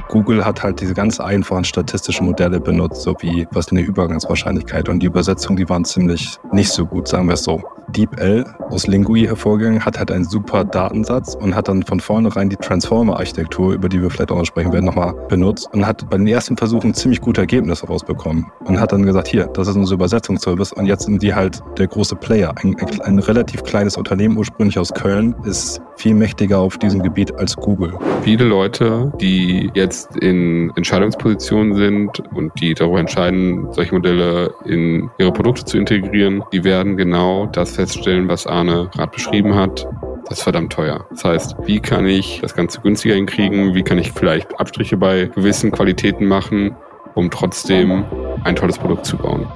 Google hat halt diese ganz einfachen statistischen Modelle benutzt, so wie was ist eine Übergangswahrscheinlichkeit. Und die Übersetzung, die waren ziemlich nicht so gut, sagen wir es so. DeepL aus Lingui hervorgegangen, hat halt einen super Datensatz und hat dann von vornherein die Transformer-Architektur, über die wir vielleicht auch noch sprechen werden, nochmal benutzt und hat bei den ersten Versuchen ziemlich gute Ergebnisse rausbekommen. Und hat dann gesagt, hier, das ist unser Übersetzungsservice und jetzt sind die halt der große Player. Ein relativ kleines Unternehmen, ursprünglich aus Köln, ist viel mächtiger auf diesem Gebiet als Google. Viele Leute, die jetzt in Entscheidungspositionen sind und die darüber entscheiden, solche Modelle in ihre Produkte zu integrieren, die werden genau das feststellen, was Arne gerade beschrieben hat. Das ist verdammt teuer. Das heißt, wie kann ich das Ganze günstiger hinkriegen? Wie kann ich vielleicht Abstriche bei gewissen Qualitäten machen, um trotzdem ein tolles Produkt zu bauen?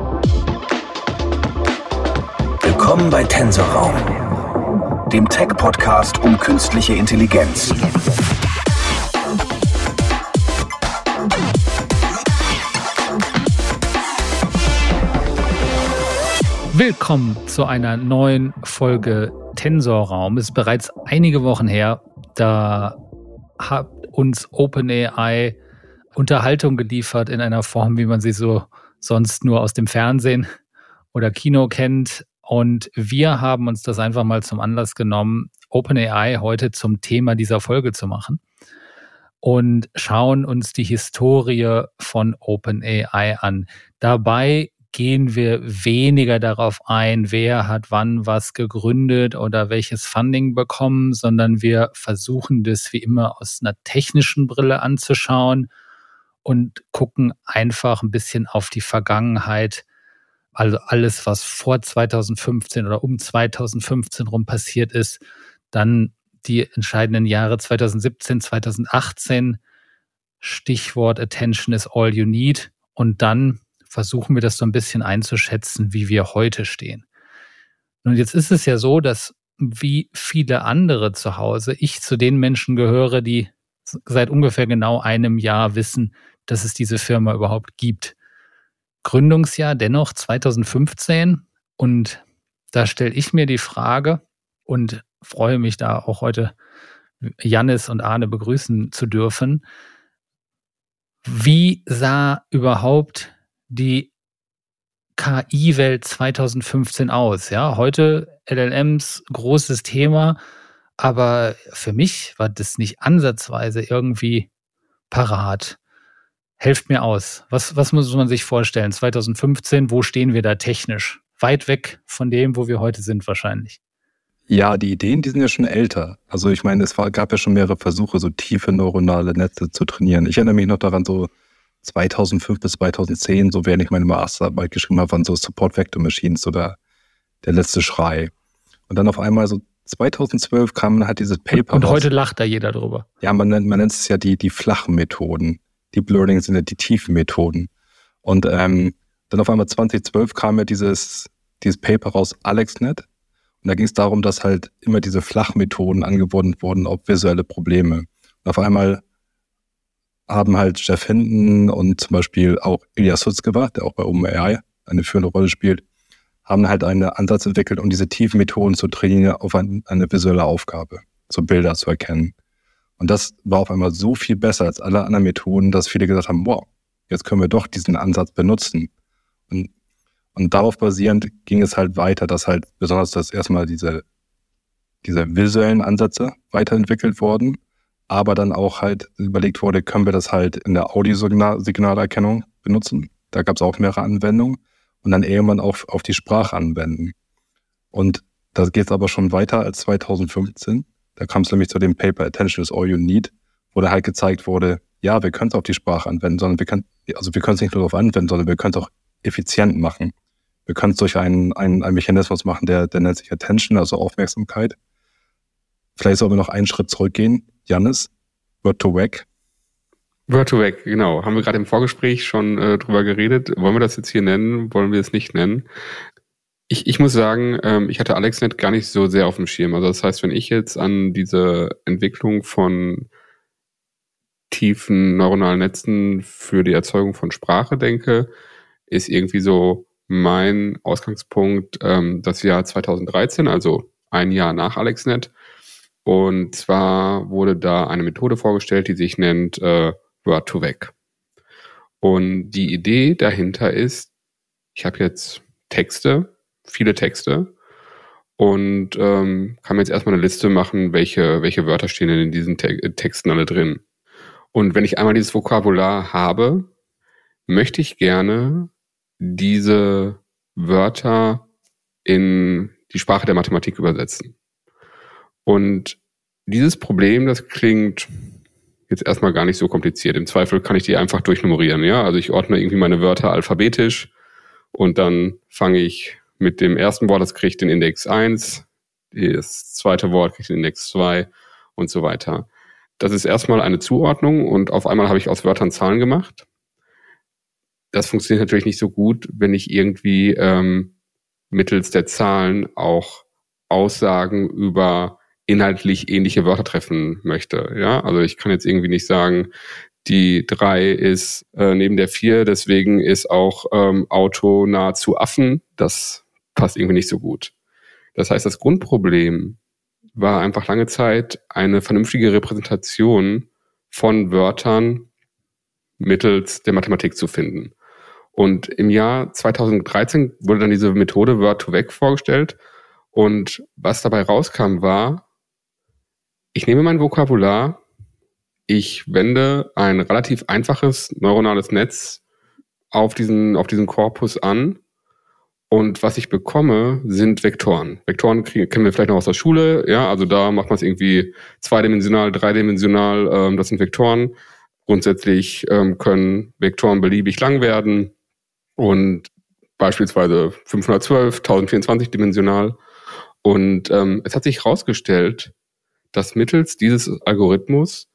Willkommen bei Tensorraum, dem Tech-Podcast um künstliche Intelligenz. Willkommen zu einer neuen Folge Tensorraum. Es ist bereits einige Wochen her, da hat uns OpenAI Unterhaltung geliefert in einer Form, wie man sie so sonst nur aus dem Fernsehen oder Kino kennt. Und wir haben uns das einfach mal zum Anlass genommen, OpenAI heute zum Thema dieser Folge zu machen und schauen uns die Historie von OpenAI an. Dabei gehen wir weniger darauf ein, wer hat wann was gegründet oder welches Funding bekommen, sondern wir versuchen das wie immer aus einer technischen Brille anzuschauen und gucken einfach ein bisschen auf die Vergangenheit. Also alles, was vor 2015 oder um 2015 rum passiert ist, dann die entscheidenden Jahre 2017, 2018, Stichwort Attention is all you need, und dann versuchen wir das so ein bisschen einzuschätzen, wie wir heute stehen. Und jetzt ist es ja so, dass wie viele andere zu Hause ich zu den Menschen gehöre, die seit ungefähr genau einem Jahr wissen, dass es diese Firma überhaupt gibt. Gründungsjahr dennoch 2015, und da stelle ich mir die Frage und freue mich da auch heute Jannis und Arne begrüßen zu dürfen. Wie sah überhaupt die KI-Welt 2015 aus? Ja, heute LLMs, großes Thema, aber für mich war das nicht ansatzweise irgendwie parat. Helft mir aus. Was muss man sich vorstellen? 2015, wo stehen wir da technisch? Weit weg von dem, wo wir heute sind wahrscheinlich. Ja, die Ideen, die sind ja schon älter. Also ich meine, gab ja schon mehrere Versuche, so tiefe neuronale Netze zu trainieren. Ich erinnere mich noch daran, so 2005 bis 2010, so während ich meine Masterarbeit geschrieben habe, waren so Support Vector Machines oder der letzte Schrei. Und dann auf einmal so 2012 kam halt dieses Paper und raus. Heute lacht da jeder drüber. Ja, man nennt es ja die flachen Methoden. Deep Learning sind ja die tiefen Methoden. Und dann auf einmal 2012 kam ja dieses Paper raus, AlexNet. Und da ging es darum, dass halt immer diese Flachmethoden angewandt wurden auf visuelle Probleme. Und auf einmal haben halt Jeff Hinton und zum Beispiel auch Ilya Sutskever, der auch bei OpenAI eine führende Rolle spielt, haben halt einen Ansatz entwickelt, um diese tiefen Methoden zu trainieren auf eine visuelle Aufgabe, so Bilder zu erkennen. Und das war auf einmal so viel besser als alle anderen Methoden, dass viele gesagt haben, wow, jetzt können wir doch diesen Ansatz benutzen. Und darauf basierend ging es halt weiter, dass halt besonders das erstmal diese visuellen Ansätze weiterentwickelt wurden, aber dann auch halt überlegt wurde, können wir das halt in der Audiosignalerkennung benutzen. Da gab es auch mehrere Anwendungen und dann irgendwann auch auf die Sprache anwenden. Und da geht es aber schon weiter als 2015. Da kam es nämlich zu dem Paper Attention is all you need, wo da halt gezeigt wurde, ja, wir können es auf die Sprache anwenden, sondern wir können es nicht nur darauf anwenden, sondern wir können es auch effizient machen. Wir können es durch einen Mechanismus machen, der nennt sich Attention, also Aufmerksamkeit. Vielleicht sollten wir noch einen Schritt zurückgehen. Jannis, Word2Vec. Word2Vec, genau. Haben wir gerade im Vorgespräch schon drüber geredet. Wollen wir das jetzt hier nennen? Wollen wir es nicht nennen? Ich muss sagen, ich hatte AlexNet gar nicht so sehr auf dem Schirm. Also das heißt, wenn ich jetzt an diese Entwicklung von tiefen neuronalen Netzen für die Erzeugung von Sprache denke, ist irgendwie so mein Ausgangspunkt das Jahr 2013, also ein Jahr nach AlexNet. Und zwar wurde da eine Methode vorgestellt, die sich nennt Word2Vec. Und die Idee dahinter ist, ich habe jetzt viele Texte und kann mir jetzt erstmal eine Liste machen, welche Wörter stehen denn in diesen Texten alle drin. Und wenn ich einmal dieses Vokabular habe, möchte ich gerne diese Wörter in die Sprache der Mathematik übersetzen. Und dieses Problem, das klingt jetzt erstmal gar nicht so kompliziert. Im Zweifel kann ich die einfach durchnummerieren. Ja? Also ich ordne irgendwie meine Wörter alphabetisch und dann fange ich mit dem ersten Wort, das kriege ich den Index 1, das zweite Wort kriege ich den Index 2 und so weiter. Das ist erstmal eine Zuordnung und auf einmal habe ich aus Wörtern Zahlen gemacht. Das funktioniert natürlich nicht so gut, wenn ich irgendwie mittels der Zahlen auch Aussagen über inhaltlich ähnliche Wörter treffen möchte. Ja, also ich kann jetzt irgendwie nicht sagen, die 3 ist neben der 4, deswegen ist auch Auto nahezu Affen. Das passt irgendwie nicht so gut. Das heißt, das Grundproblem war einfach lange Zeit eine vernünftige Repräsentation von Wörtern mittels der Mathematik zu finden. Und im Jahr 2013 wurde dann diese Methode Word2Vec vorgestellt. Und was dabei rauskam war, ich nehme mein Vokabular, ich wende ein relativ einfaches neuronales Netz auf diesen Korpus an und was ich bekomme, sind Vektoren. Vektoren kennen wir vielleicht noch aus der Schule, ja, also da macht man es irgendwie zweidimensional, dreidimensional, das sind Vektoren. Grundsätzlich können Vektoren beliebig lang werden und beispielsweise 512, 1024 dimensional. Und es hat sich herausgestellt, dass mittels dieses Algorithmus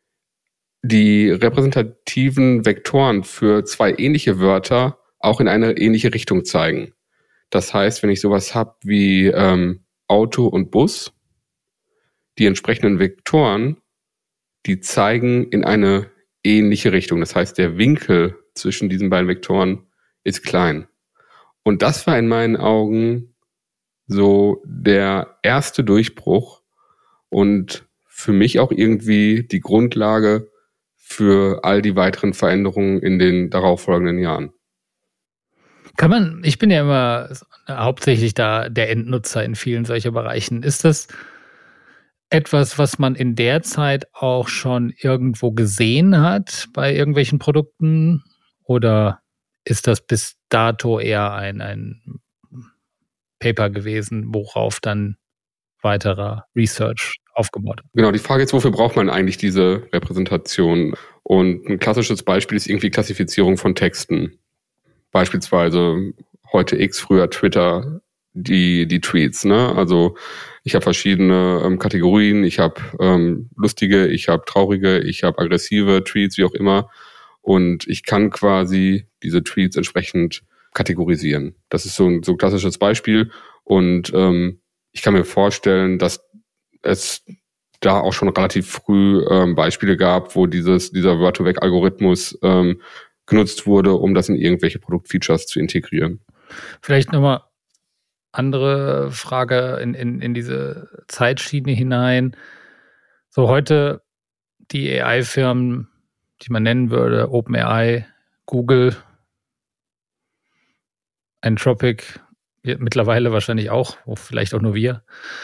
die repräsentativen Vektoren für zwei ähnliche Wörter auch in eine ähnliche Richtung zeigen. Das heißt, wenn ich sowas habe wie Auto und Bus, die entsprechenden Vektoren, die zeigen in eine ähnliche Richtung. Das heißt, der Winkel zwischen diesen beiden Vektoren ist klein. Und das war in meinen Augen so der erste Durchbruch und für mich auch irgendwie die Grundlage für all die weiteren Veränderungen in den darauffolgenden Jahren. Ich bin ja immer hauptsächlich da der Endnutzer in vielen solcher Bereichen. Ist das etwas, was man in der Zeit auch schon irgendwo gesehen hat bei irgendwelchen Produkten? Oder ist das bis dato eher ein Paper gewesen, worauf dann weiterer Research aufgebaut hat? Genau, die Frage ist, wofür braucht man eigentlich diese Repräsentation? Und ein klassisches Beispiel ist irgendwie Klassifizierung von Texten. Beispielsweise heute X, früher Twitter, die Tweets. Ne? Also ich habe verschiedene Kategorien. Ich habe lustige, ich habe traurige, ich habe aggressive Tweets, wie auch immer. Und ich kann quasi diese Tweets entsprechend kategorisieren. Das ist so ein klassisches Beispiel. Und ich kann mir vorstellen, dass es da auch schon relativ früh Beispiele gab, wo dieser Word2Vec-Algorithmus genutzt wurde, um das in irgendwelche Produktfeatures zu integrieren. Vielleicht nochmal andere Frage in diese Zeitschiene hinein. So heute die AI-Firmen, die man nennen würde, OpenAI, Google, Anthropic, mittlerweile wahrscheinlich auch, vielleicht auch nur wir.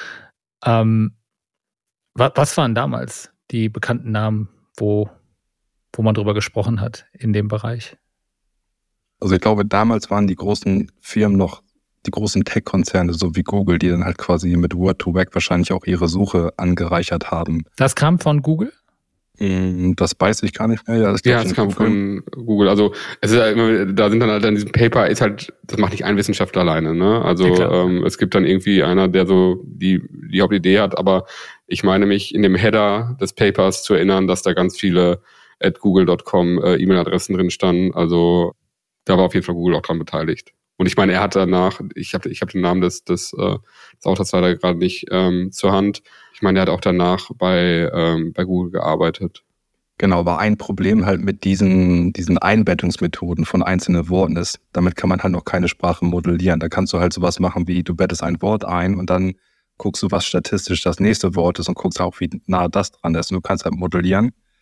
Was waren damals die bekannten Namen, wo man drüber gesprochen hat in dem Bereich? Also ich glaube, damals waren die großen Firmen noch die großen Tech-Konzerne, so wie Google, die dann halt quasi mit Word2Vec wahrscheinlich auch ihre Suche angereichert haben. Das kam von Google? Das weiß ich gar nicht mehr. Ja, das kam von Google. Also es ist ja immer, da sind dann halt in diesem Paper, ist halt, das macht nicht ein Wissenschaftler alleine, ne? Also ja, es gibt dann irgendwie einer, der so die Hauptidee hat, aber ich meine mich in dem Header des Papers zu erinnern, dass da ganz viele @google.com E-Mail-Adressen drin standen. Also da war auf jeden Fall Google auch dran beteiligt. Und ich meine, er hat danach, ich hab den Namen des Autors leider gerade nicht zur Hand. Ich meine, er hat auch danach bei Google gearbeitet. Genau, war ein Problem halt mit diesen Einbettungsmethoden von einzelnen Worten ist. Damit kann man halt noch keine Sprache modellieren. Da kannst du halt sowas machen wie, du bettest ein Wort ein und dann guckst du, was statistisch das nächste Wort ist und guckst auch, wie nah das dran ist. Und du kannst halt modellieren.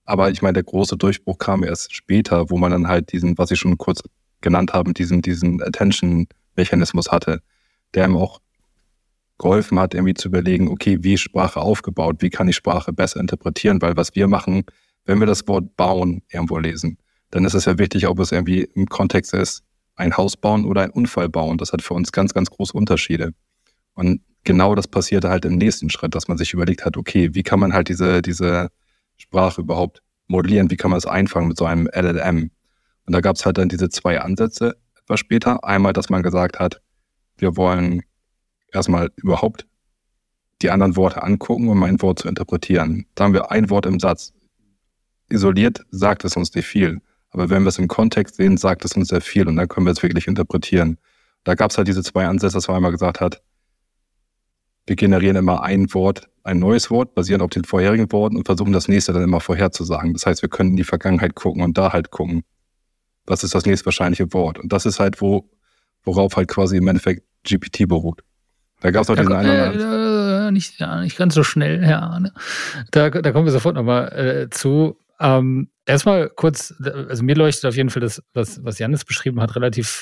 Aber ich meine, der große Durchbruch kam erst später, wo man dann halt diesen, was ich schon kurz genannt habe, diesen Attention-Mechanismus hatte, der ihm auch geholfen hat, irgendwie zu überlegen, okay, wie ist Sprache aufgebaut, wie kann ich Sprache besser interpretieren, weil was wir machen, wenn wir das Wort bauen irgendwo lesen, dann ist es ja wichtig, ob es irgendwie im Kontext ist, ein Haus bauen oder ein Unfall bauen. Das hat für uns ganz, ganz große Unterschiede. Und genau das passierte halt im nächsten Schritt, dass man sich überlegt hat, okay, wie kann man halt diese Sprache überhaupt modellieren, wie kann man es einfangen mit so einem LLM? Und da gab es halt dann diese 2 Ansätze etwas später. Einmal, dass man gesagt hat, wir wollen erstmal überhaupt die anderen Worte angucken, um ein Wort zu interpretieren. Da haben wir ein Wort im Satz. Isoliert sagt es uns nicht viel. Aber wenn wir es im Kontext sehen, sagt es uns sehr viel und dann können wir es wirklich interpretieren. Da gab es halt diese 2 Ansätze, dass man einmal gesagt hat, wir generieren immer ein Wort, ein neues Wort, basierend auf den vorherigen Worten und versuchen das nächste dann immer vorherzusagen. Das heißt, wir können in die Vergangenheit gucken und da halt gucken, was ist das nächstwahrscheinliche Wort. Und das ist halt, worauf halt quasi im Endeffekt GPT beruht. Da gab es noch diesen einen nicht ganz so schnell, Herr Arne. Da kommen wir sofort nochmal zu. Erstmal kurz, also mir leuchtet auf jeden Fall das, was Jannis beschrieben hat, relativ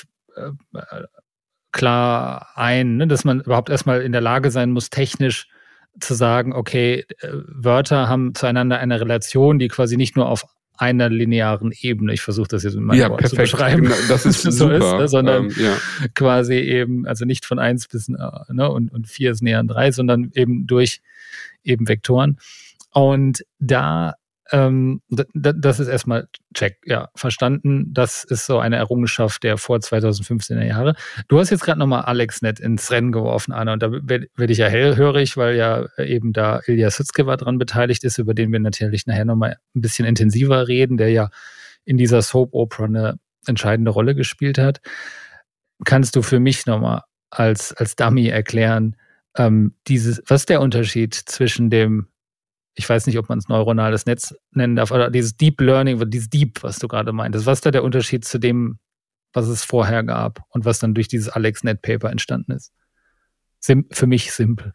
klar ein, ne? Dass man überhaupt erstmal in der Lage sein muss, technisch zu sagen, okay, Wörter haben zueinander eine Relation, die quasi nicht nur auf einer linearen Ebene, ich versuche das jetzt mit meinem Wort zu beschreiben, genau, das ist so super. ist, ne? Sondern quasi eben, also nicht von 1 bis ne, und 4 ist näher an 3, sondern eben durch eben Vektoren. Und das ist erstmal check, ja, verstanden. Das ist so eine Errungenschaft der vor 2015er Jahre. Du hast jetzt gerade nochmal AlexNet ins Rennen geworfen, Anna, und da werde ich ja hellhörig, weil ja eben da Ilya Sutskever dran beteiligt ist, über den wir natürlich nachher nochmal ein bisschen intensiver reden, der ja in dieser Soap Opera eine entscheidende Rolle gespielt hat. Kannst du für mich nochmal als Dummy erklären, was ist der Unterschied zwischen dem, ich weiß nicht, ob man es neuronales Netz nennen darf, oder dieses Deep Learning, dieses Deep, was du gerade meintest. Was ist da der Unterschied zu dem, was es vorher gab und was dann durch dieses AlexNet-Paper entstanden ist? Für mich simpel.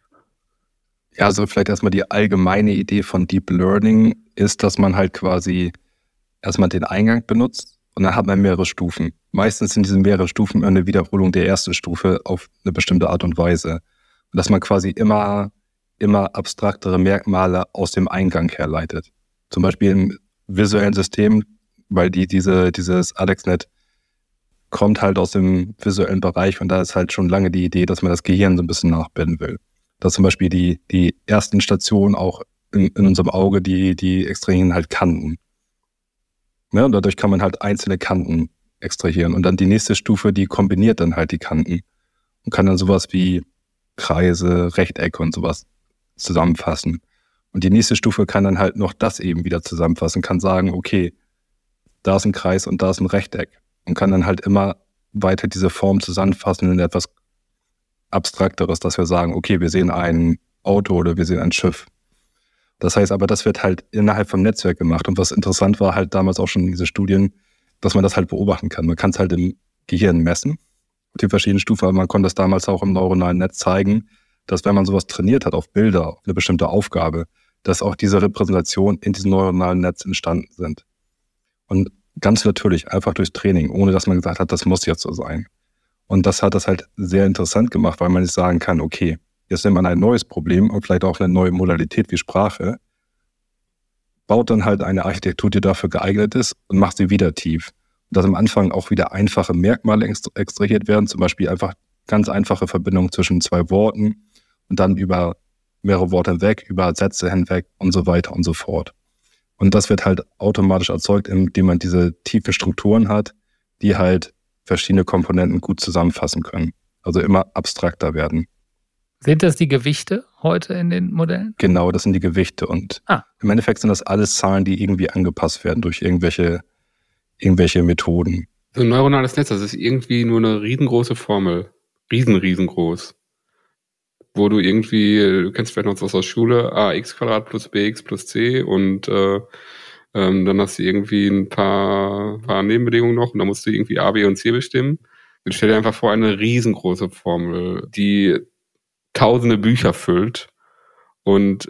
Ja, also vielleicht erstmal die allgemeine Idee von Deep Learning ist, dass man halt quasi erstmal den Eingang benutzt und dann hat man mehrere Stufen. Meistens sind diese mehrere Stufen eine Wiederholung der ersten Stufe auf eine bestimmte Art und Weise. Und dass man quasi immer abstraktere Merkmale aus dem Eingang herleitet. Zum Beispiel im visuellen System, weil dieses AlexNet kommt halt aus dem visuellen Bereich und da ist halt schon lange die Idee, dass man das Gehirn so ein bisschen nachbilden will. Dass zum Beispiel die ersten Stationen auch in unserem Auge, die extrahieren halt Kanten. Ja, und dadurch kann man halt einzelne Kanten extrahieren. Und dann die nächste Stufe, die kombiniert dann halt die Kanten und kann dann sowas wie Kreise, Rechtecke und sowas zusammenfassen. Und die nächste Stufe kann dann halt noch das eben wieder zusammenfassen, kann sagen, okay, da ist ein Kreis und da ist ein Rechteck und kann dann halt immer weiter diese Form zusammenfassen in etwas Abstrakteres, dass wir sagen, okay, wir sehen ein Auto oder wir sehen ein Schiff. Das heißt aber, das wird halt innerhalb vom Netzwerk gemacht und was interessant war halt damals auch schon in diese Studien, dass man das halt beobachten kann. Man kann es halt im Gehirn messen, die verschiedenen Stufen, aber man konnte das damals auch im neuronalen Netz zeigen, dass wenn man sowas trainiert hat auf Bilder, auf eine bestimmte Aufgabe, dass auch diese Repräsentationen in diesem neuronalen Netz entstanden sind. Und ganz natürlich, einfach durchs Training, ohne dass man gesagt hat, das muss jetzt so sein. Und das hat das halt sehr interessant gemacht, weil man nicht sagen kann, okay, jetzt nimmt man ein neues Problem und vielleicht auch eine neue Modalität wie Sprache, baut dann halt eine Architektur, die dafür geeignet ist und macht sie wieder tief. Und dass am Anfang auch wieder einfache Merkmale extrahiert werden, zum Beispiel einfach ganz einfache Verbindungen zwischen 2 Worten, und dann über mehrere Worte hinweg, über Sätze hinweg und so weiter und so fort. Und das wird halt automatisch erzeugt, indem man diese tiefen Strukturen hat, die halt verschiedene Komponenten gut zusammenfassen können. Also immer abstrakter werden. Sind das die Gewichte heute in den Modellen? Genau, das sind die Gewichte. Und im Endeffekt sind das alles Zahlen, die irgendwie angepasst werden durch irgendwelche Methoden. So ein neuronales Netz, das ist irgendwie nur eine riesengroße Formel. Riesengroß. Wo du irgendwie, du kennst vielleicht noch was aus Schule, ax² plus bx plus c und dann hast du irgendwie ein paar Nebenbedingungen noch und dann musst du irgendwie a, b und c bestimmen. Jetzt stell dir einfach vor, eine riesengroße Formel, die tausende Bücher füllt und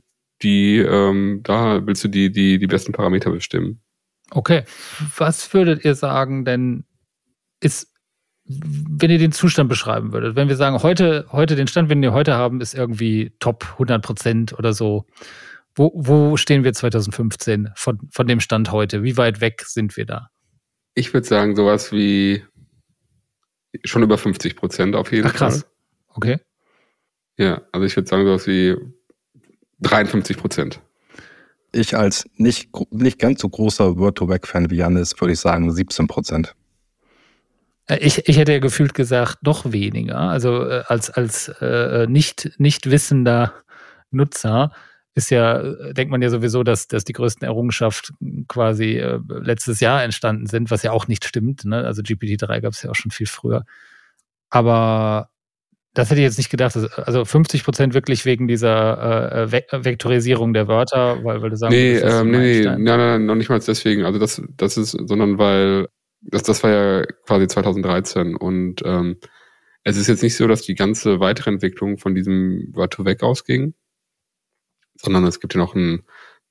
da willst du die besten Parameter bestimmen. Okay. Was würdet ihr sagen, denn ist, wenn ihr den Zustand beschreiben würdet, wenn wir sagen, heute den Stand, den wir heute haben, ist irgendwie top 100% oder so. Wo stehen wir 2015 von dem Stand heute? Wie weit weg sind wir da? Ich würde sagen, sowas wie schon über 50% auf jeden Fall. Krass. Okay. Ja, also ich würde sagen, sowas wie 53%. Ich als nicht ganz so großer Word2Vec-Fan wie Janis würde ich sagen 17%. Ich hätte ja gefühlt gesagt, noch weniger. Also als nicht wissender Nutzer denkt man ja sowieso, dass die größten Errungenschaften quasi letztes Jahr entstanden sind, was ja auch nicht stimmt. Ne? Also GPT-3 gab es ja auch schon viel früher. Aber das hätte ich jetzt nicht gedacht. Also 50% wirklich wegen dieser Vektorisierung der Wörter, weil du sagen nein, noch nicht mal deswegen. Also das ist, sondern weil das war ja quasi 2013 und es ist jetzt nicht so, dass die ganze weitere Entwicklung von diesem Word2Vec ausging, sondern es gibt ja noch eine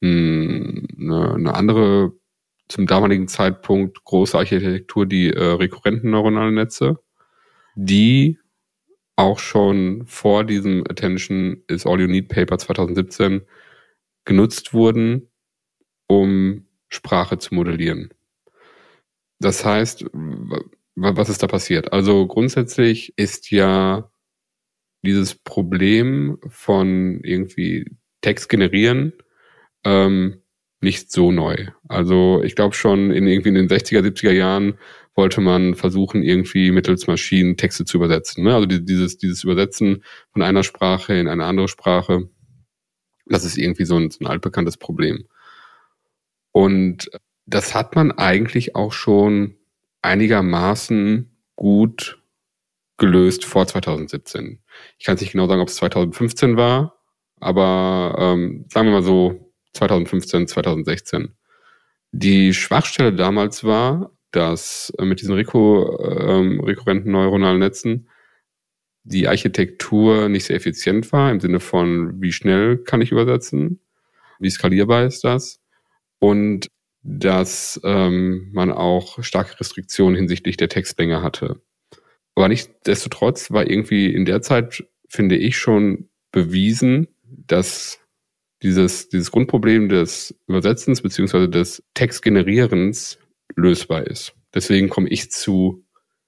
andere, zum damaligen Zeitpunkt große Architektur, die rekurrenten neuronalen Netze, die auch schon vor diesem Attention is All You Need Paper 2017 genutzt wurden, um Sprache zu modellieren. Das heißt, was ist da passiert? Also grundsätzlich ist ja dieses Problem von irgendwie Text generieren nicht so neu. Also ich glaube schon in den 60er, 70er Jahren wollte man versuchen, irgendwie mittels Maschinen Texte zu übersetzen. Ne? Also dieses Übersetzen von einer Sprache in eine andere Sprache, das ist irgendwie so ein altbekanntes Problem. Und das hat man eigentlich auch schon einigermaßen gut gelöst vor 2017. Ich kann es nicht genau sagen, ob es 2015 war, aber sagen wir mal so 2015, 2016. Die Schwachstelle damals war, dass mit diesen rekurrenten neuronalen Netzen die Architektur nicht sehr effizient war, im Sinne von, wie schnell kann ich übersetzen, wie skalierbar ist das, und dass man auch starke Restriktionen hinsichtlich der Textlänge hatte. Aber nichtsdestotrotz war irgendwie in der Zeit, finde ich, schon bewiesen, dass dieses Grundproblem des Übersetzens bzw. des Textgenerierens lösbar ist. Deswegen komme ich zu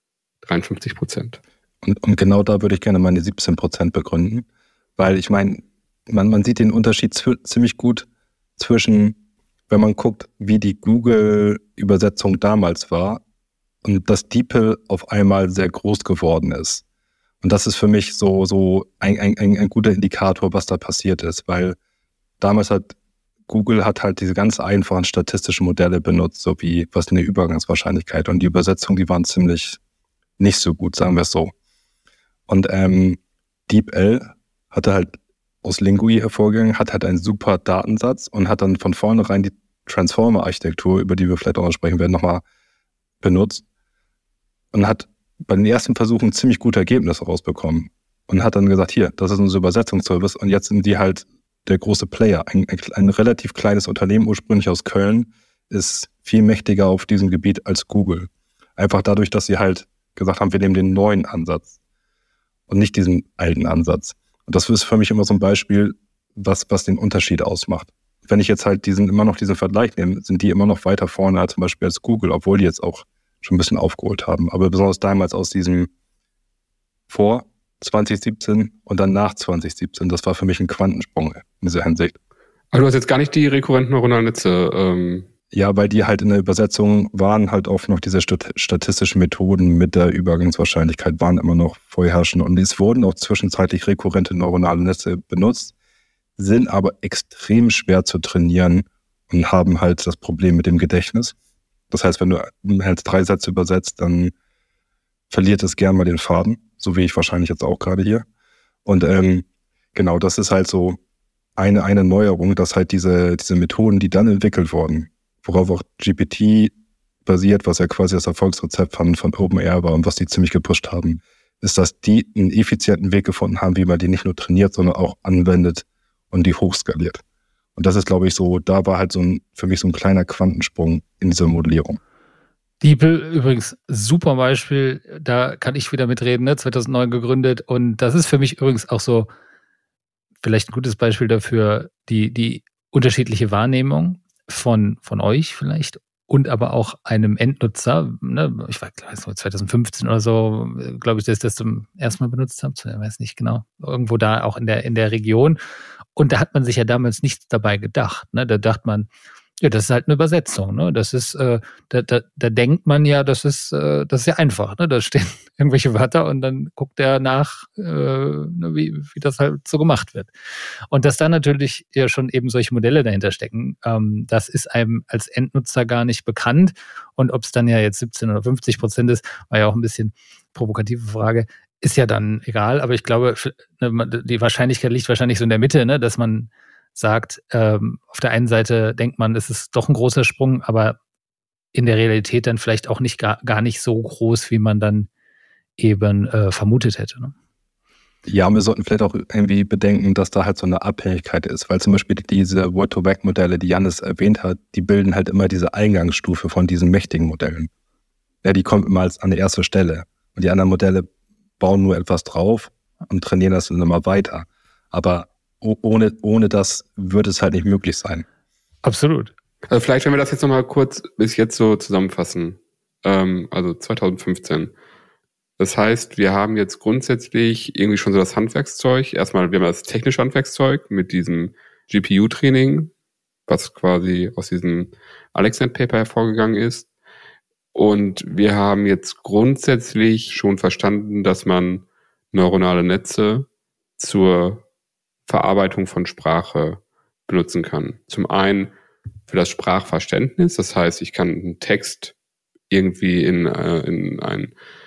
53%. Und genau da würde ich gerne meine 17% begründen, weil ich meine, man sieht den Unterschied ziemlich gut zwischen, wenn man guckt, wie die Google-Übersetzung damals war und dass DeepL auf einmal sehr groß geworden ist. Und das ist für mich so ein guter Indikator, was da passiert ist, weil damals Google hat halt diese ganz einfachen statistischen Modelle benutzt, so wie was eine Übergangswahrscheinlichkeit, und die Übersetzung, die waren ziemlich nicht so gut, sagen wir es so. Und DeepL hatte halt aus Lingui hervorgegangen, hat halt einen super Datensatz und hat dann von vornherein die Transformer-Architektur, über die wir vielleicht auch noch sprechen werden, nochmal benutzt und hat bei den ersten Versuchen ziemlich gute Ergebnisse rausbekommen und hat dann gesagt, hier, das ist unser Übersetzungsservice, und jetzt sind die halt der große Player. Ein relativ kleines Unternehmen, ursprünglich aus Köln, ist viel mächtiger auf diesem Gebiet als Google. Einfach dadurch, dass sie halt gesagt haben, wir nehmen den neuen Ansatz und nicht diesen alten Ansatz. Und das ist für mich immer so ein Beispiel, was den Unterschied ausmacht. Wenn ich jetzt halt immer noch diesen Vergleich nehme, sind die immer noch weiter vorne als zum Beispiel als Google, obwohl die jetzt auch schon ein bisschen aufgeholt haben. Aber besonders damals aus diesem vor 2017 und dann nach 2017, das war für mich ein Quantensprung in dieser Hinsicht. Aber du hast jetzt gar nicht die rekurrenten neuronalen Netze. Ja, weil die halt in der Übersetzung waren halt oft noch diese statistischen Methoden mit der Übergangswahrscheinlichkeit waren immer noch vorherrschend, und es wurden auch zwischenzeitlich rekurrente neuronale Netze benutzt, sind aber extrem schwer zu trainieren und haben halt das Problem mit dem Gedächtnis. Das heißt, wenn du halt 3 Sätze übersetzt, dann verliert es gern mal den Faden, so wie ich wahrscheinlich jetzt auch gerade hier. Und genau, das ist halt so eine Neuerung, dass halt diese Methoden, die dann entwickelt wurden, worauf auch GPT basiert, was ja quasi das Erfolgsrezept von OpenAI war und was die ziemlich gepusht haben, ist, dass die einen effizienten Weg gefunden haben, wie man die nicht nur trainiert, sondern auch anwendet und die hochskaliert. Und das ist, glaube ich, so, da war halt für mich so ein kleiner Quantensprung in dieser Modellierung. DeepL übrigens super Beispiel, da kann ich wieder mitreden, ne? 2009 gegründet, und das ist für mich übrigens auch so vielleicht ein gutes Beispiel dafür, die unterschiedliche Wahrnehmung von euch vielleicht und aber auch einem Endnutzer, ne? Ich weiß nicht, 2015 oder so, glaube ich, dass ich das zum ersten Mal benutzt habe, ich weiß nicht genau, irgendwo da auch in der Region, und da hat man sich ja damals nichts dabei gedacht, ne? Da dachte man, ja, das ist halt eine Übersetzung, ne? Das ist, da denkt man ja, das ist ja einfach, ne? Da stehen irgendwelche Wörter und dann guckt er nach, wie das halt so gemacht wird. Und dass da natürlich ja schon eben solche Modelle dahinter stecken, das ist einem als Endnutzer gar nicht bekannt. Und ob es dann ja jetzt 17 oder 50% ist, war ja auch ein bisschen provokative Frage, ist ja dann egal. Aber ich glaube, die Wahrscheinlichkeit liegt wahrscheinlich so in der Mitte, ne? Dass man sagt, auf der einen Seite denkt man, es ist doch ein großer Sprung, aber in der Realität dann vielleicht auch nicht gar nicht so groß, wie man dann eben vermutet hätte. Ne? Ja, und wir sollten vielleicht auch irgendwie bedenken, dass da halt so eine Abhängigkeit ist, weil zum Beispiel diese Word-to-Vec-Modelle, die Jannis erwähnt hat, die bilden halt immer diese Eingangsstufe von diesen mächtigen Modellen. Ja, die kommen immer an die erste Stelle. Und die anderen Modelle bauen nur etwas drauf und trainieren das dann immer weiter. Aber ohne das würde es halt nicht möglich sein. Absolut. Also vielleicht, wenn wir das jetzt nochmal kurz bis jetzt so zusammenfassen. Also 2015. Das heißt, wir haben jetzt grundsätzlich irgendwie schon so das Handwerkszeug. Erstmal, wir haben das technische Handwerkszeug mit diesem GPU-Training, was quasi aus diesem AlexNet-Paper hervorgegangen ist. Und wir haben jetzt grundsätzlich schon verstanden, dass man neuronale Netze zur Verarbeitung von Sprache benutzen kann. Zum einen für das Sprachverständnis, das heißt, ich kann einen Text irgendwie in eine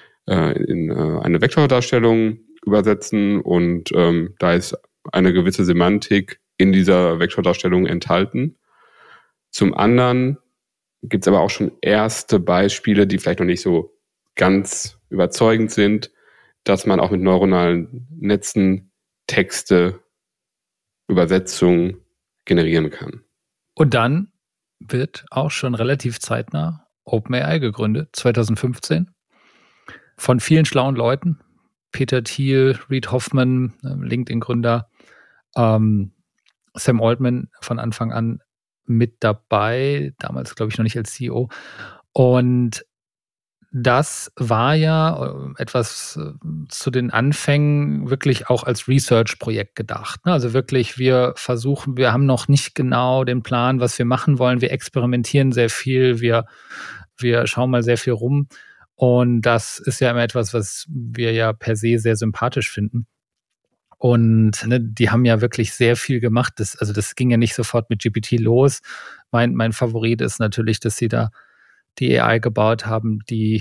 Vektordarstellung übersetzen und da ist eine gewisse Semantik in dieser Vektordarstellung enthalten. Zum anderen gibt es aber auch schon erste Beispiele, die vielleicht noch nicht so ganz überzeugend sind, dass man auch mit neuronalen Netzen Texte, Übersetzungen generieren kann. Und dann wird auch schon relativ zeitnah OpenAI gegründet, 2015, von vielen schlauen Leuten. Peter Thiel, Reid Hoffman, LinkedIn-Gründer, Sam Altman von Anfang an mit dabei, damals glaube ich noch nicht als CEO. Und das war ja etwas zu den Anfängen wirklich auch als Research-Projekt gedacht. Also wirklich, wir haben noch nicht genau den Plan, was wir machen wollen. Wir experimentieren sehr viel, wir schauen mal sehr viel rum. Und das ist ja immer etwas, was wir ja per se sehr sympathisch finden. Und die haben ja wirklich sehr viel gemacht. Das ging ja nicht sofort mit GPT los. Mein Favorit ist natürlich, dass sie da die AI gebaut haben, die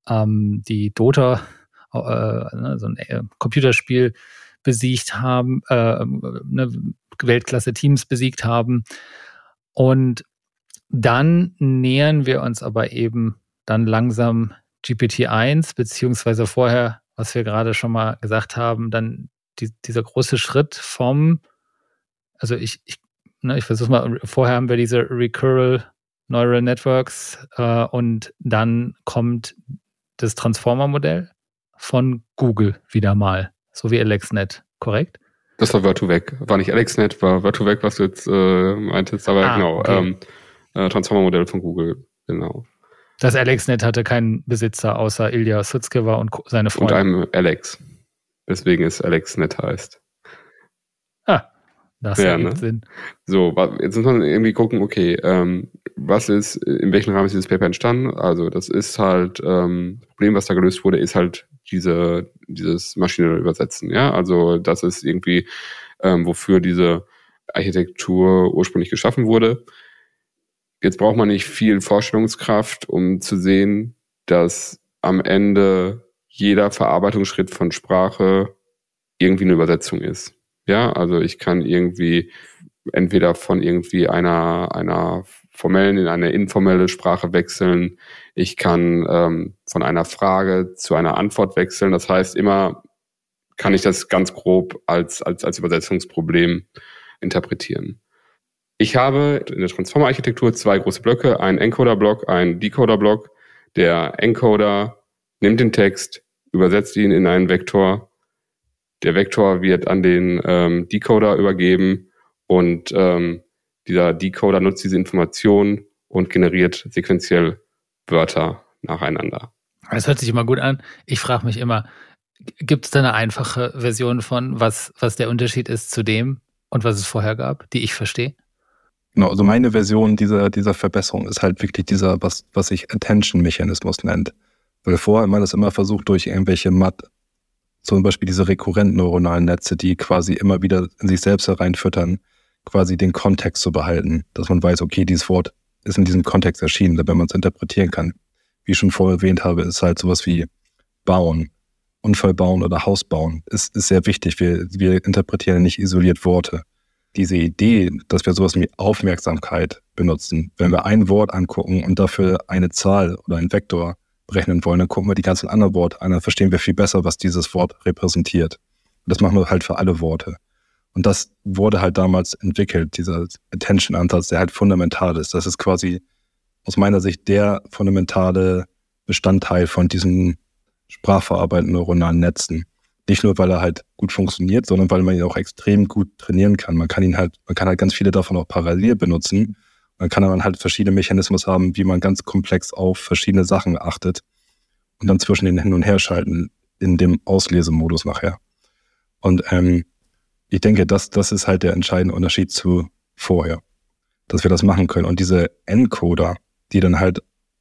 Dota, so ein Computerspiel besiegt haben, Weltklasse-Teams besiegt haben. Und dann nähern wir uns aber eben dann langsam GPT-1, beziehungsweise vorher, was wir gerade schon mal gesagt haben, dann dieser große Schritt ich versuche mal, vorher haben wir diese Recurrent Neural Networks und dann kommt das Transformer-Modell von Google wieder mal, so wie AlexNet, korrekt? Das war Word2Vec, war nicht AlexNet, war Word2Vec, was du jetzt meintest, aber genau, okay. Transformer-Modell von Google, genau. Das AlexNet hatte keinen Besitzer, außer Ilya Sutskever und seine Freunde. Und einem Alex, weswegen es AlexNet heißt. Das ergibt Sinn. So, jetzt muss man irgendwie gucken, okay, in welchem Rahmen ist dieses Paper entstanden? Also das ist halt, das Problem, was da gelöst wurde, ist halt dieses maschinelle Übersetzen, ja? Also das ist irgendwie, wofür diese Architektur ursprünglich geschaffen wurde. Jetzt braucht man nicht viel Vorstellungskraft, um zu sehen, dass am Ende jeder Verarbeitungsschritt von Sprache irgendwie eine Übersetzung ist. Ja, also ich kann irgendwie entweder von irgendwie einer formellen in eine informelle Sprache wechseln. Ich kann von einer Frage zu einer Antwort wechseln. Das heißt, immer kann ich das ganz grob als Übersetzungsproblem interpretieren. Ich habe in der Transformer-Architektur 2 große Blöcke, einen Encoder-Block, einen Decoder-Block. Der Encoder nimmt den Text, übersetzt ihn in einen Vektor. Der Vektor wird an den Decoder übergeben und dieser Decoder nutzt diese Information und generiert sequenziell Wörter nacheinander. Das hört sich immer gut an. Ich frage mich immer, gibt es da eine einfache Version von, was der Unterschied ist zu dem und was es vorher gab, die ich verstehe? Genau, also meine Version dieser Verbesserung ist halt wirklich dieser, was sich Attention-Mechanismus nennt. Weil vorher man das immer versucht, durch irgendwelche zum Beispiel diese rekurrenten neuronalen Netze, die quasi immer wieder in sich selbst hereinfüttern, quasi den Kontext zu behalten. Dass man weiß, okay, dieses Wort ist in diesem Kontext erschienen, wenn man es interpretieren kann. Wie ich schon vorher erwähnt habe, ist halt sowas wie bauen, Unfall bauen oder Haus bauen, ist sehr wichtig. Wir interpretieren nicht isoliert Worte. Diese Idee, dass wir sowas wie Aufmerksamkeit benutzen, wenn wir ein Wort angucken und dafür eine Zahl oder einen Vektor berechnen wollen, dann gucken wir die ganzen anderen Worte an, dann verstehen wir viel besser, was dieses Wort repräsentiert. Und das machen wir halt für alle Worte. Und das wurde halt damals entwickelt, dieser Attention-Ansatz, der halt fundamental ist. Das ist quasi aus meiner Sicht der fundamentale Bestandteil von diesen sprachverarbeitenden neuronalen Netzen. Nicht nur, weil er halt gut funktioniert, sondern weil man ihn auch extrem gut trainieren kann. Man kann halt ganz viele davon auch parallel benutzen. Man kann dann halt verschiedene Mechanismen haben, wie man ganz komplex auf verschiedene Sachen achtet und dann zwischen den hin und her schalten in dem Auslesemodus nachher. Und ich denke, das ist halt der entscheidende Unterschied zu vorher, dass wir das machen können. Und diese Encoder, die dann halt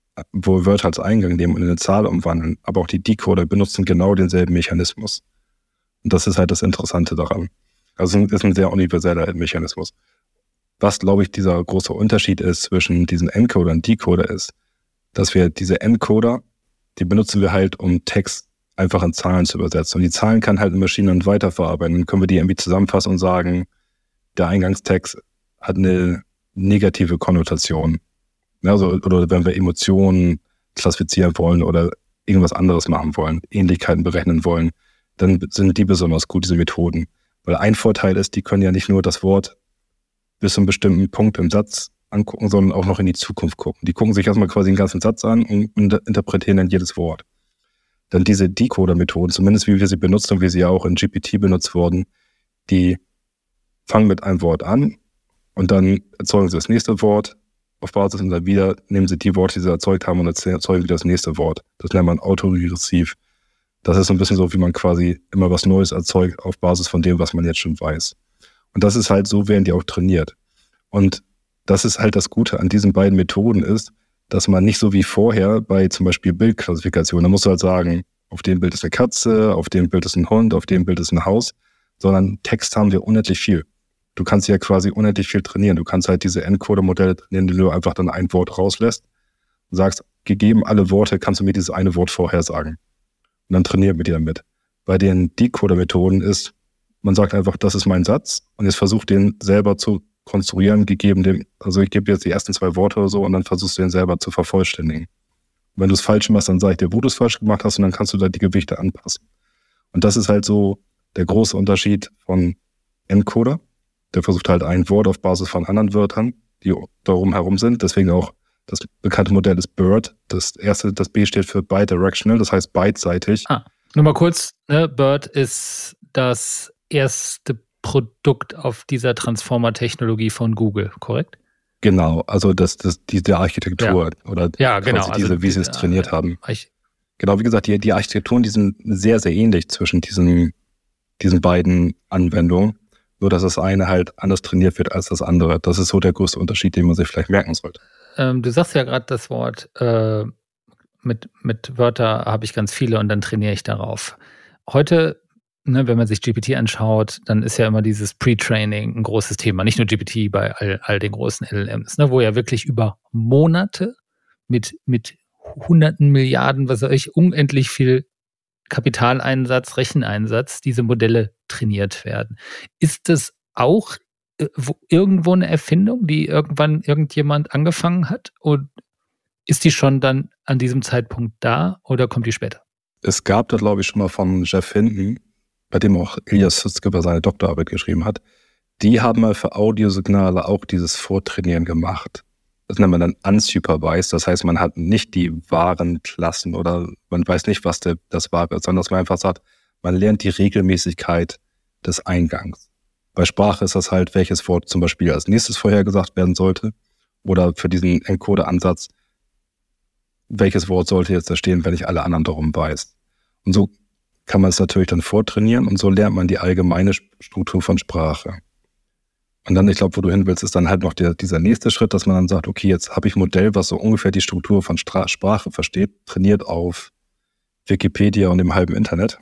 wo Wörter als Eingang nehmen und in eine Zahl umwandeln, aber auch die Decoder benutzen genau denselben Mechanismus. Und das ist halt das Interessante daran. Also es ist ein sehr universeller Mechanismus. Was, glaube ich, dieser große Unterschied ist zwischen diesen Encoder und Decoder ist, dass wir diese Encoder, die benutzen wir halt, um Text einfach in Zahlen zu übersetzen. Und die Zahlen kann halt eine Maschine dann weiterverarbeiten. Dann können wir die irgendwie zusammenfassen und sagen, der Eingangstext hat eine negative Konnotation. Also, oder wenn wir Emotionen klassifizieren wollen oder irgendwas anderes machen wollen, Ähnlichkeiten berechnen wollen, dann sind die besonders gut, diese Methoden. Weil ein Vorteil ist, die können ja nicht nur das Wort bis zu einem bestimmten Punkt im Satz angucken, sondern auch noch in die Zukunft gucken. Die gucken sich erstmal quasi den ganzen Satz an und interpretieren dann jedes Wort. Dann diese Decoder-Methoden, zumindest wie wir sie benutzen und wie sie ja auch in GPT benutzt wurden, die fangen mit einem Wort an und dann erzeugen sie das nächste Wort auf Basis und dann wieder nehmen sie die Worte, die sie erzeugt haben und erzeugen wieder das nächste Wort. Das nennt man autoregressiv. Das ist so ein bisschen so, wie man quasi immer was Neues erzeugt auf Basis von dem, was man jetzt schon weiß. Und das ist halt so, werden die auch trainiert. Und das ist halt das Gute an diesen beiden Methoden ist, dass man nicht so wie vorher bei zum Beispiel Bildklassifikation, da musst du halt sagen, auf dem Bild ist eine Katze, auf dem Bild ist ein Hund, auf dem Bild ist ein Haus, sondern Text haben wir unendlich viel. Du kannst ja quasi unendlich viel trainieren. Du kannst halt diese Encoder-Modelle trainieren, die du einfach dann ein Wort rauslässt und sagst, gegeben alle Worte, kannst du mir dieses eine Wort vorhersagen. Und dann trainieren wir die damit. Bei den Decoder-Methoden ist, man sagt einfach, das ist mein Satz und jetzt versucht den selber zu konstruieren, also ich gebe jetzt die ersten 2 Worte oder so und dann versuchst du den selber zu vervollständigen. Und wenn du es falsch machst, dann sage ich dir, wo du es falsch gemacht hast und dann kannst du da die Gewichte anpassen. Und das ist halt so der große Unterschied von Encoder. Der versucht halt ein Wort auf Basis von anderen Wörtern, die darum herum sind. Deswegen auch das bekannte Modell ist BERT. Das B steht für bidirectional, das heißt beidseitig. Nur mal kurz, ne? BERT ist das erste Produkt auf dieser Transformer-Technologie von Google, korrekt? Genau, also diese Architektur oder genau, wie sie es trainiert haben. Genau, wie gesagt, die Architekturen, die sind sehr, sehr ähnlich zwischen diesen beiden Anwendungen. Nur, dass das eine halt anders trainiert wird als das andere. Das ist so der größte Unterschied, den man sich vielleicht merken sollte. Du sagst ja gerade das Wort, mit Wörter habe ich ganz viele und dann trainiere ich darauf. Heute, ne, wenn man sich GPT anschaut, dann ist ja immer dieses Pre-Training ein großes Thema. Nicht nur GPT, bei all den großen LLMs, ne, wo ja wirklich über Monate mit hunderten Milliarden, was weiß ich, unendlich viel Kapitaleinsatz, Recheneinsatz, diese Modelle trainiert werden. Ist das auch irgendwo eine Erfindung, die irgendwann irgendjemand angefangen hat? Und ist die schon dann an diesem Zeitpunkt da oder kommt die später? Es gab da, glaube ich, schon mal von Jeff Hinton, bei dem auch Elias Sützke über seine Doktorarbeit geschrieben hat, Die haben mal für Audiosignale auch dieses Vortrainieren gemacht. Das nennt man dann unsupervised. Das heißt, man hat nicht die wahren Klassen oder man weiß nicht, was das wahre ist, sondern dass man einfach sagt, man lernt die Regelmäßigkeit des Eingangs. Bei Sprache ist das halt, welches Wort zum Beispiel als nächstes vorhergesagt werden sollte. Oder für diesen Encoder-Ansatz, welches Wort sollte jetzt da stehen, wenn ich alle anderen darum weiß. Und so kann man es natürlich dann vortrainieren und so lernt man die allgemeine Struktur von Sprache. Und dann, ich glaube, wo du hin willst, ist dann halt noch dieser nächste Schritt, dass man dann sagt, okay, jetzt habe ich ein Modell, was so ungefähr die Struktur von Sprache versteht, trainiert auf Wikipedia und dem halben Internet.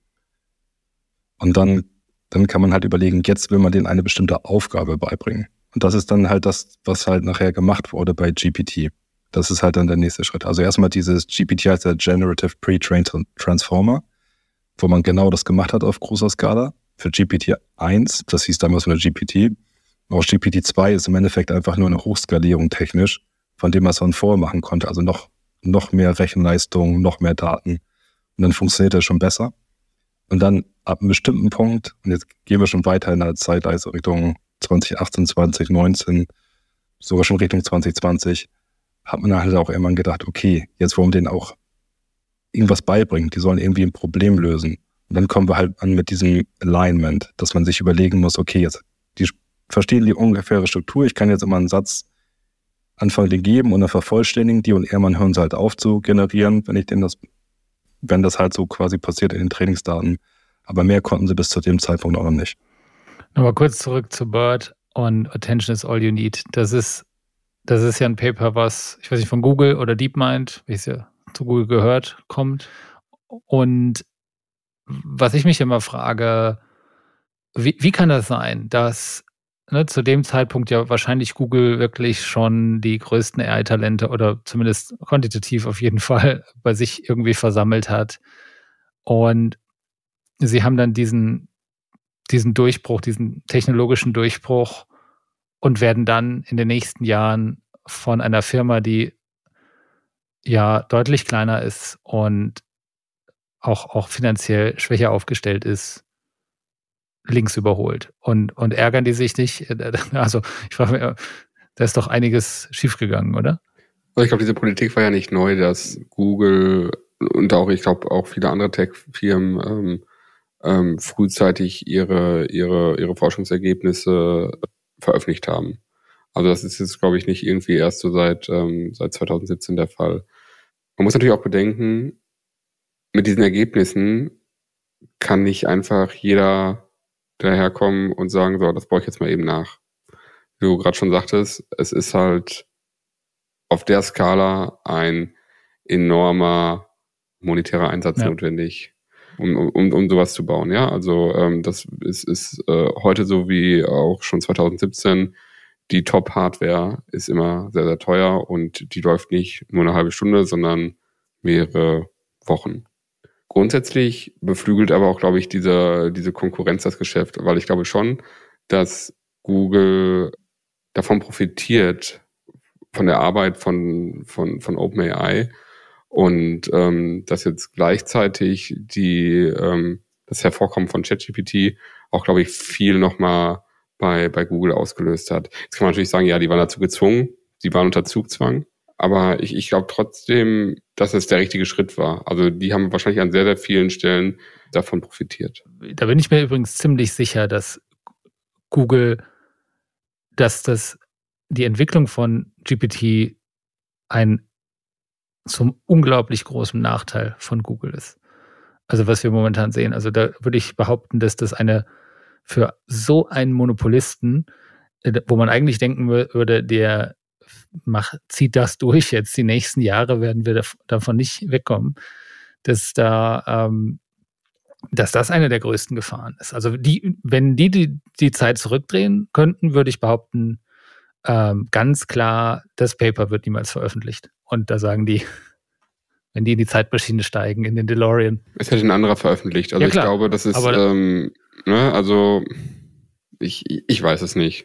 Und dann kann man halt überlegen, jetzt will man denen eine bestimmte Aufgabe beibringen. Und das ist dann halt das, was halt nachher gemacht wurde bei GPT. Das ist halt dann der nächste Schritt. Also erstmal dieses GPT heißt der Generative Pre-Trained Transformer, wo man genau das gemacht hat auf großer Skala. Für GPT-1, das hieß damals nur GPT. Auch GPT-2 ist im Endeffekt einfach nur eine Hochskalierung technisch, von dem man es dann vormachen konnte. Also noch mehr Rechenleistung, noch mehr Daten. Und dann funktioniert das schon besser. Und dann ab einem bestimmten Punkt, und jetzt gehen wir schon weiter in der Zeit, also Richtung 2018, 2019, sogar schon Richtung 2020, hat man halt auch irgendwann gedacht, okay, jetzt wollen wir denen auch irgendwas beibringen. Die sollen irgendwie ein Problem lösen. Und dann kommen wir halt an mit diesem Alignment, dass man sich überlegen muss, okay, jetzt die verstehen die ungefähre Struktur. Ich kann jetzt immer einen Satz anfangen, den geben und dann vervollständigen die und irgendwann hören sie halt auf zu generieren, wenn das halt so quasi passiert in den Trainingsdaten. Aber mehr konnten sie bis zu dem Zeitpunkt auch noch nicht. Nochmal kurz zurück zu BERT und Attention is all you need. Das ist ja ein Paper, was, ich weiß nicht, von Google oder DeepMind, wie es ja zu Google gehört, kommt. Und was ich mich immer frage, wie kann das sein, dass zu dem Zeitpunkt ja wahrscheinlich Google wirklich schon die größten AI-Talente oder zumindest quantitativ auf jeden Fall bei sich irgendwie versammelt hat. Und sie haben dann diesen Durchbruch, diesen technologischen Durchbruch und werden dann in den nächsten Jahren von einer Firma, die ja deutlich kleiner ist und auch finanziell schwächer aufgestellt ist, links überholt. Und ärgern die sich nicht? Also ich frage mich, da ist doch einiges schiefgegangen, oder? Also ich glaube, diese Politik war ja nicht neu, dass Google und auch, ich glaube, auch viele andere Tech-Firmen frühzeitig ihre Forschungsergebnisse veröffentlicht haben. Also das ist jetzt, glaube ich, nicht irgendwie erst so seit 2017 der Fall. Man muss natürlich auch bedenken, mit diesen Ergebnissen kann nicht einfach jeder daherkommen und sagen, so, das baue ich jetzt mal eben nach. Wie du gerade schon sagtest, es ist halt auf der Skala ein enormer monetärer Einsatz notwendig, um sowas zu bauen. Ja, also das ist heute so wie auch schon 2017. Die Top-Hardware ist immer sehr, sehr teuer und die läuft nicht nur eine halbe Stunde, sondern mehrere Wochen. Grundsätzlich beflügelt aber auch, glaube ich, diese Konkurrenz das Geschäft, weil ich glaube schon, dass Google davon profitiert, von der Arbeit von OpenAI und dass jetzt gleichzeitig das Hervorkommen von ChatGPT auch, glaube ich, viel nochmal bei Google ausgelöst hat. Jetzt kann man natürlich sagen, ja, die waren dazu gezwungen, die waren unter Zugzwang. Aber ich glaube trotzdem, dass es der richtige Schritt war. Also die haben wahrscheinlich an sehr, sehr vielen Stellen davon profitiert. Da bin ich mir übrigens ziemlich sicher, dass Google, dass die Entwicklung von GPT ein zum unglaublich großen Nachteil von Google ist. Also was wir momentan sehen. Also da würde ich behaupten, dass das für so einen Monopolisten, wo man eigentlich denken würde, der zieht das durch jetzt, die nächsten Jahre werden wir davon nicht wegkommen, dass das eine der größten Gefahren ist. Also wenn die Zeit zurückdrehen könnten, würde ich behaupten, ganz klar, das Paper wird niemals veröffentlicht. Und da sagen die, wenn die in die Zeitmaschine steigen, in den DeLorean. Es hätte ein anderer veröffentlicht. Also ja, ich glaube, das ist, also ich weiß es nicht.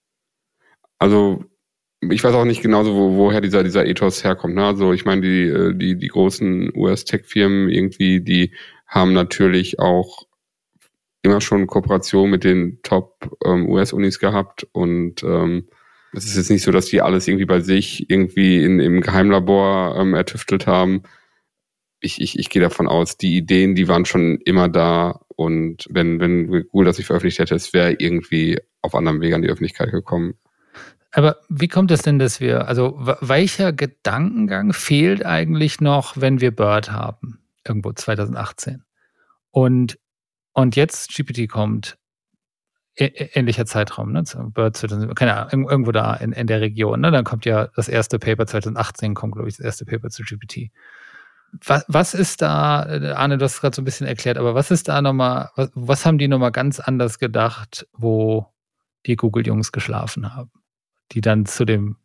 Also ich weiß auch nicht genauso, woher dieser Ethos herkommt. Ne? Also ich meine, die großen US-Tech-Firmen irgendwie, die haben natürlich auch immer schon Kooperation mit den Top-US-Unis gehabt und es ist jetzt nicht so, dass die alles irgendwie bei sich irgendwie im Geheimlabor ertüftelt haben. Ich gehe davon aus, die Ideen, die waren schon immer da und wenn Google das nicht veröffentlicht hätte, es wäre irgendwie auf anderem Weg an die Öffentlichkeit gekommen. Aber wie kommt es denn, dass welcher Gedankengang fehlt eigentlich noch, wenn wir BERT haben? Irgendwo 2018. Und jetzt GPT kommt, ähnlicher Zeitraum, ne? BERT 2000, keine Ahnung, irgendwo da in der Region, ne? Dann kommt ja das erste Paper 2018, kommt, glaube ich, das erste Paper zu GPT. Was ist da, Arne, du hast es gerade so ein bisschen erklärt, aber was ist da nochmal, was haben die nochmal ganz anders gedacht, wo die Google-Jungs geschlafen haben, die dann zu dem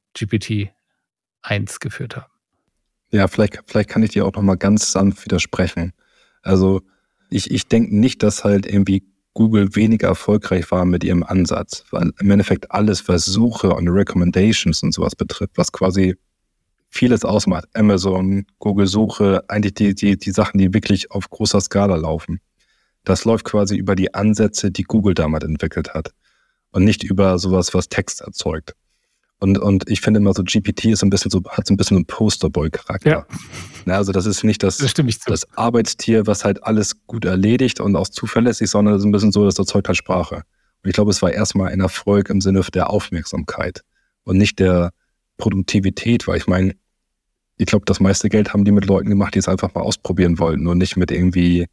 GPT-1 geführt haben? Ja, vielleicht kann ich dir auch nochmal ganz sanft widersprechen. Also ich denke nicht, dass halt irgendwie Google weniger erfolgreich war mit ihrem Ansatz, weil im Endeffekt alles, was Suche und Recommendations und sowas betrifft, was quasi vieles ausmacht, Amazon, Google-Suche, eigentlich die Sachen, die wirklich auf großer Skala laufen, das läuft quasi über die Ansätze, die Google damals entwickelt hat und nicht über sowas, was Text erzeugt. Und ich finde immer so, GPT ist hat so ein bisschen so einen Posterboy-Charakter. Ja. Na, also das ist nicht das Arbeitstier, was halt alles gut erledigt und auch zuverlässig, sondern das ist ein bisschen so, das erzeugt halt Sprache. Und ich glaube, es war erstmal ein Erfolg im Sinne der Aufmerksamkeit und nicht der Produktivität, weil ich glaube, das meiste Geld haben die mit Leuten gemacht, die es einfach mal ausprobieren wollten und nicht mit irgendwie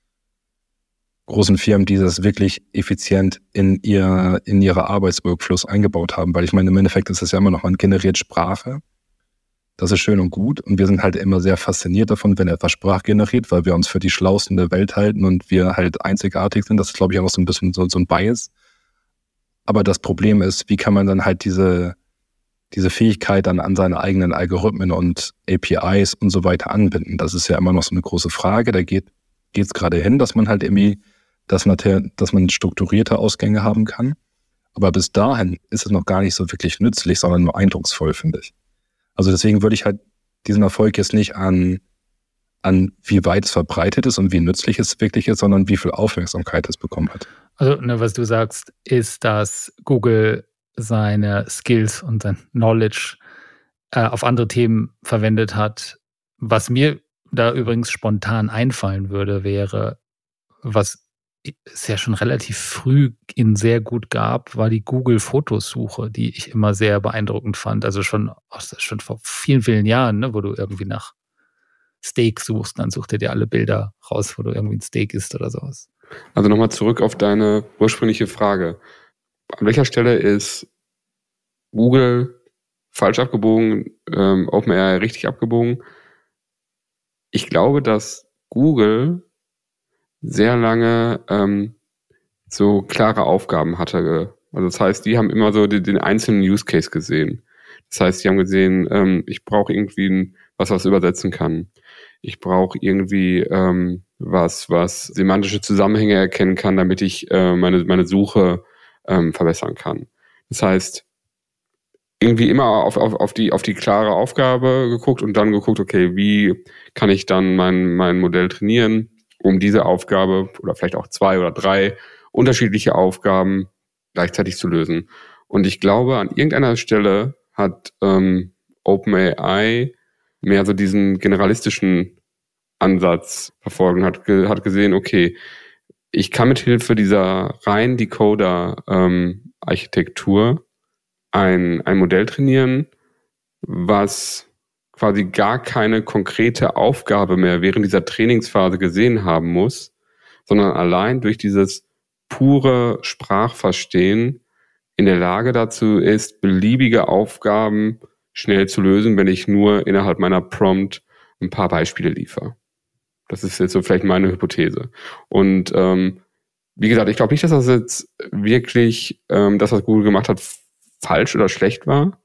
großen Firmen, die das wirklich effizient in ihre Arbeitsworkflows eingebaut haben. Weil ich meine, im Endeffekt ist es ja immer noch, man generiert Sprache. Das ist schön und gut. Und wir sind halt immer sehr fasziniert davon, wenn etwas Sprache generiert, weil wir uns für die Schlausten der Welt halten und wir halt einzigartig sind. Das ist, glaube ich, auch noch so ein bisschen so ein Bias. Aber das Problem ist, wie kann man dann halt diese Fähigkeit dann an seine eigenen Algorithmen und APIs und so weiter anbinden? Das ist ja immer noch so eine große Frage. Da geht es gerade hin, dass man halt irgendwie dass man strukturierte Ausgänge haben kann. Aber bis dahin ist es noch gar nicht so wirklich nützlich, sondern nur eindrucksvoll, finde ich. Also deswegen würde ich halt diesen Erfolg jetzt nicht an wie weit es verbreitet ist und wie nützlich es wirklich ist, sondern wie viel Aufmerksamkeit es bekommen hat. Also, was du sagst, ist, dass Google seine Skills und sein Knowledge auf andere Themen verwendet hat. Was mir da übrigens spontan einfallen würde, wäre, was es ja schon relativ früh sehr gut gab, war die Google-Fotosuche, die ich immer sehr beeindruckend fand. Also schon vor vielen, vielen Jahren, ne, wo du irgendwie nach Steak suchst, dann sucht er dir alle Bilder raus, wo du irgendwie ein Steak isst oder sowas. Also nochmal zurück auf deine ursprüngliche Frage. An welcher Stelle ist Google falsch abgebogen, OpenAI richtig abgebogen? Ich glaube, dass Google sehr lange so klare Aufgaben hatte. Also das heißt, die haben immer so den einzelnen Use Case gesehen. Das heißt, die haben gesehen, ich brauche irgendwie was übersetzen kann. Ich brauche irgendwie was semantische Zusammenhänge erkennen kann, damit ich meine Suche verbessern kann. Das heißt, irgendwie immer auf die klare Aufgabe geguckt und dann geguckt, okay, wie kann ich dann mein Modell trainieren, um diese Aufgabe oder vielleicht auch 2 oder 3 unterschiedliche Aufgaben gleichzeitig zu lösen. Und ich glaube, an irgendeiner Stelle hat OpenAI mehr so diesen generalistischen Ansatz verfolgt und hat gesehen, okay, ich kann mit Hilfe dieser rein Decoder-Architektur ein Modell trainieren, was quasi gar keine konkrete Aufgabe mehr während dieser Trainingsphase gesehen haben muss, sondern allein durch dieses pure Sprachverstehen in der Lage dazu ist, beliebige Aufgaben schnell zu lösen, wenn ich nur innerhalb meiner Prompt ein paar Beispiele liefere. Das ist jetzt so vielleicht meine Hypothese. Und wie gesagt, ich glaube nicht, dass das jetzt wirklich das, was Google gemacht hat, falsch oder schlecht war.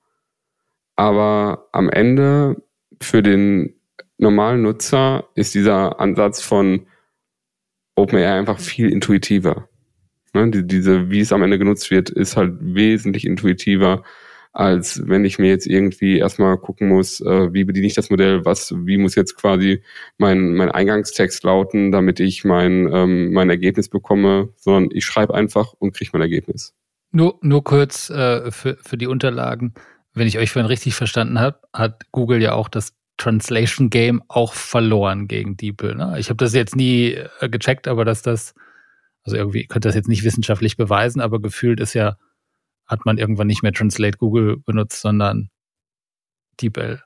Aber am Ende für den normalen Nutzer ist dieser Ansatz von OpenAI einfach viel intuitiver. Ne? Wie es am Ende genutzt wird, ist halt wesentlich intuitiver als wenn ich mir jetzt irgendwie erstmal gucken muss, wie bediene ich das Modell, wie muss jetzt quasi mein Eingangstext lauten, damit ich mein Ergebnis bekomme, sondern ich schreibe einfach und kriege mein Ergebnis. Nur kurz für die Unterlagen. Wenn ich euch vorhin richtig verstanden habe, hat Google ja auch das Translation Game auch verloren gegen DeepL. Ne? Ich habe das jetzt nie gecheckt, aber also irgendwie könnte das jetzt nicht wissenschaftlich beweisen, aber gefühlt hat man irgendwann nicht mehr Translate Google benutzt, sondern DeepL.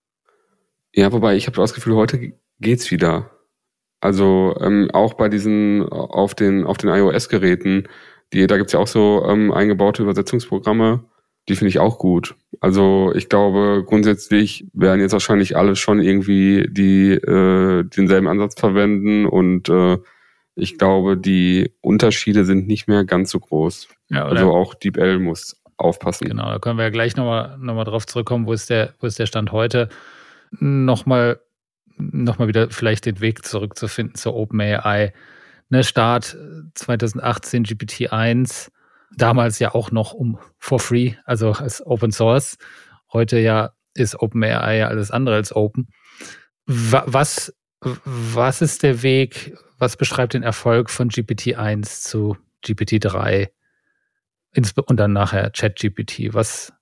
Ja, wobei ich habe das Gefühl, heute geht's wieder. Also auch bei diesen auf den iOS-Geräten, da gibt's ja auch so eingebaute Übersetzungsprogramme, die finde ich auch gut. Also ich glaube, grundsätzlich werden jetzt wahrscheinlich alle schon irgendwie denselben Ansatz verwenden und ich glaube, die Unterschiede sind nicht mehr ganz so groß. Ja, also auch DeepL muss aufpassen. Genau, da können wir ja gleich nochmal drauf zurückkommen, wo ist der Stand heute. Nochmal wieder vielleicht den Weg zurückzufinden zur OpenAI. Ne, Start 2018 GPT-1, damals ja auch noch for free, also als Open Source. Heute ja ist OpenAI ja alles andere als open. Was ist der Weg, was beschreibt den Erfolg von GPT-1 zu GPT-3 und dann nachher ChatGPT? Was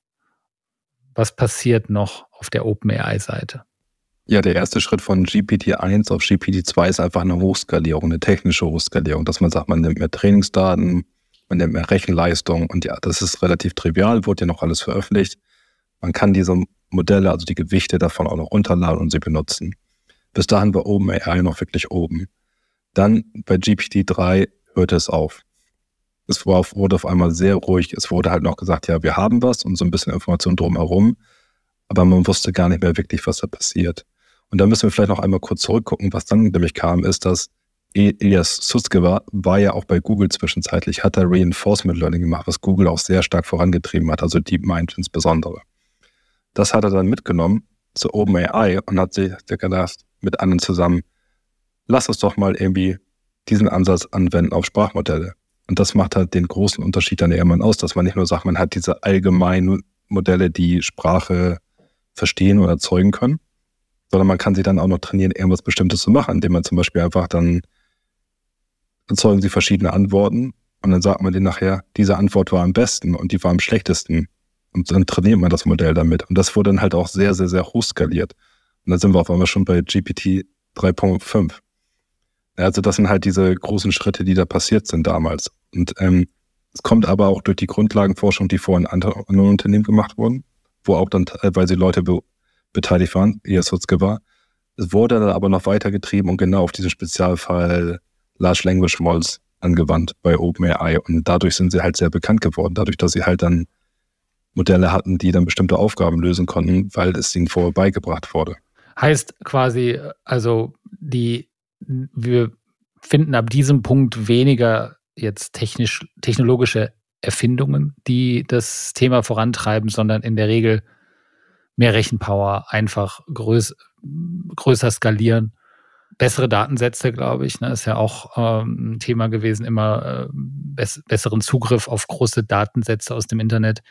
passiert noch auf der OpenAI-Seite? Ja, der erste Schritt von GPT-1 auf GPT-2 ist einfach eine Hochskalierung, eine technische Hochskalierung, dass man sagt, man nimmt mehr Trainingsdaten, man nimmt mehr Rechenleistung und ja, das ist relativ trivial, wurde ja noch alles veröffentlicht. Man kann diese Modelle, also die Gewichte davon auch noch runterladen und sie benutzen. Bis dahin war OpenAI noch wirklich oben. Dann bei GPT-3 hörte es auf. Es wurde auf einmal sehr ruhig. Es wurde halt noch gesagt, ja, wir haben was und so ein bisschen Information drumherum, aber man wusste gar nicht mehr wirklich, was da passiert. Und da müssen wir vielleicht noch einmal kurz zurückgucken, was dann nämlich kam, ist, dass Elias Sutskever war ja auch bei Google zwischenzeitlich, hat da Reinforcement Learning gemacht, was Google auch sehr stark vorangetrieben hat, also DeepMind insbesondere. Das hat er dann mitgenommen zu OpenAI und hat sich gedacht, mit anderen zusammen, lass uns doch mal irgendwie diesen Ansatz anwenden auf Sprachmodelle. Und das macht halt den großen Unterschied dann irgendwann aus, dass man nicht nur sagt, man hat diese allgemeinen Modelle, die Sprache verstehen oder erzeugen können, sondern man kann sie dann auch noch trainieren, irgendwas Bestimmtes zu machen, indem man zum Beispiel einfach dann erzeugen sie verschiedene Antworten und dann sagt man denen nachher, diese Antwort war am besten und die war am schlechtesten. Und dann trainiert man das Modell damit. Und das wurde dann halt auch sehr, sehr, sehr hoch skaliert. Und dann sind wir auf einmal schon bei GPT 3.5. Also das sind halt diese großen Schritte, die da passiert sind damals. Und es kommt aber auch durch die Grundlagenforschung, die vorhin in anderen Unternehmen gemacht wurden, wo auch dann teilweise Leute beteiligt waren, Elias Sutskever. Es wurde dann aber noch weitergetrieben und genau auf diesen Spezialfall Large Language Models angewandt bei OpenAI. Und dadurch sind sie halt sehr bekannt geworden, dadurch, dass sie halt dann Modelle hatten, die dann bestimmte Aufgaben lösen konnten, weil es ihnen vorher beigebracht wurde. Heißt quasi, also wir finden ab diesem Punkt weniger jetzt technologische Erfindungen, die das Thema vorantreiben, sondern in der Regel mehr Rechenpower, einfach größer skalieren, bessere Datensätze, glaube ich, ne, ist ja auch ein Thema gewesen, immer besseren Zugriff auf große Datensätze aus dem Internet.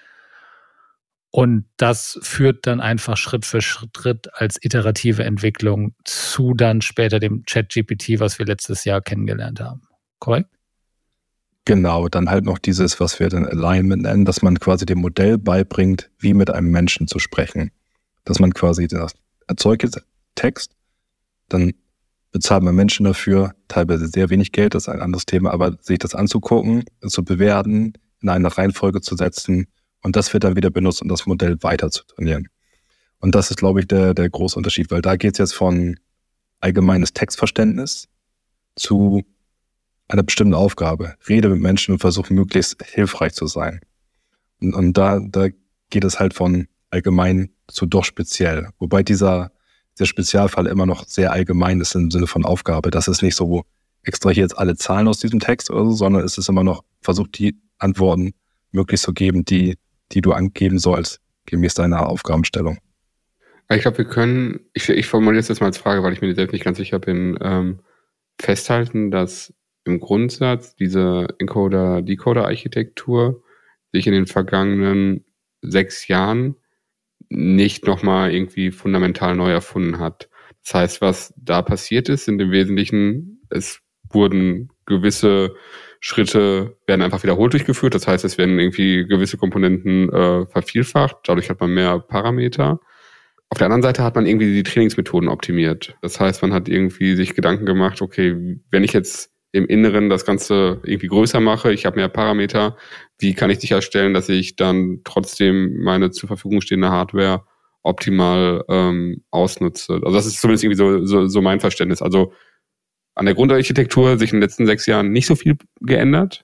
Und das führt dann einfach Schritt für Schritt als iterative Entwicklung zu dann später dem ChatGPT, was wir letztes Jahr kennengelernt haben. Korrekt? Genau, dann halt noch dieses, was wir dann Alignment nennen, dass man quasi dem Modell beibringt, wie mit einem Menschen zu sprechen. Dass man quasi das erzeugt jetzt Text, dann bezahlt man Menschen dafür, teilweise sehr wenig Geld, das ist ein anderes Thema, aber sich das anzugucken, zu bewerten, in eine Reihenfolge zu setzen und das wird dann wieder benutzt, um das Modell weiter zu trainieren. Und das ist, glaube ich, der große Unterschied, weil da geht es jetzt von allgemeines Textverständnis zu einer bestimmten Aufgabe. Rede mit Menschen und versuche möglichst hilfreich zu sein. Und da geht es halt von allgemein zu doch speziell. Wobei dieser Spezialfall immer noch sehr allgemein ist im Sinne von Aufgabe. Das ist nicht so, extrahiere jetzt alle Zahlen aus diesem Text oder so, sondern es ist immer noch, versucht die Antworten möglichst zu geben, die du angeben sollst, gemäß deiner Aufgabenstellung. Ich glaube, ich formuliere es jetzt mal als Frage, weil ich mir selbst nicht ganz sicher bin, festhalten, dass im Grundsatz diese Encoder-Decoder-Architektur sich in den vergangenen 6 Jahren nicht nochmal irgendwie fundamental neu erfunden hat. Das heißt, was da passiert ist, sind im Wesentlichen, es wurden gewisse Schritte, werden einfach wiederholt durchgeführt. Das heißt, es werden irgendwie gewisse Komponenten vervielfacht. Dadurch hat man mehr Parameter. Auf der anderen Seite hat man irgendwie die Trainingsmethoden optimiert. Das heißt, man hat irgendwie sich Gedanken gemacht, okay, wenn ich jetzt im Inneren das Ganze irgendwie größer mache, ich habe mehr Parameter, wie kann ich sicherstellen, dass ich dann trotzdem meine zur Verfügung stehende Hardware optimal ausnutze. Also das ist zumindest irgendwie so mein Verständnis. Also an der Grundarchitektur sich in den letzten 6 Jahren nicht so viel geändert.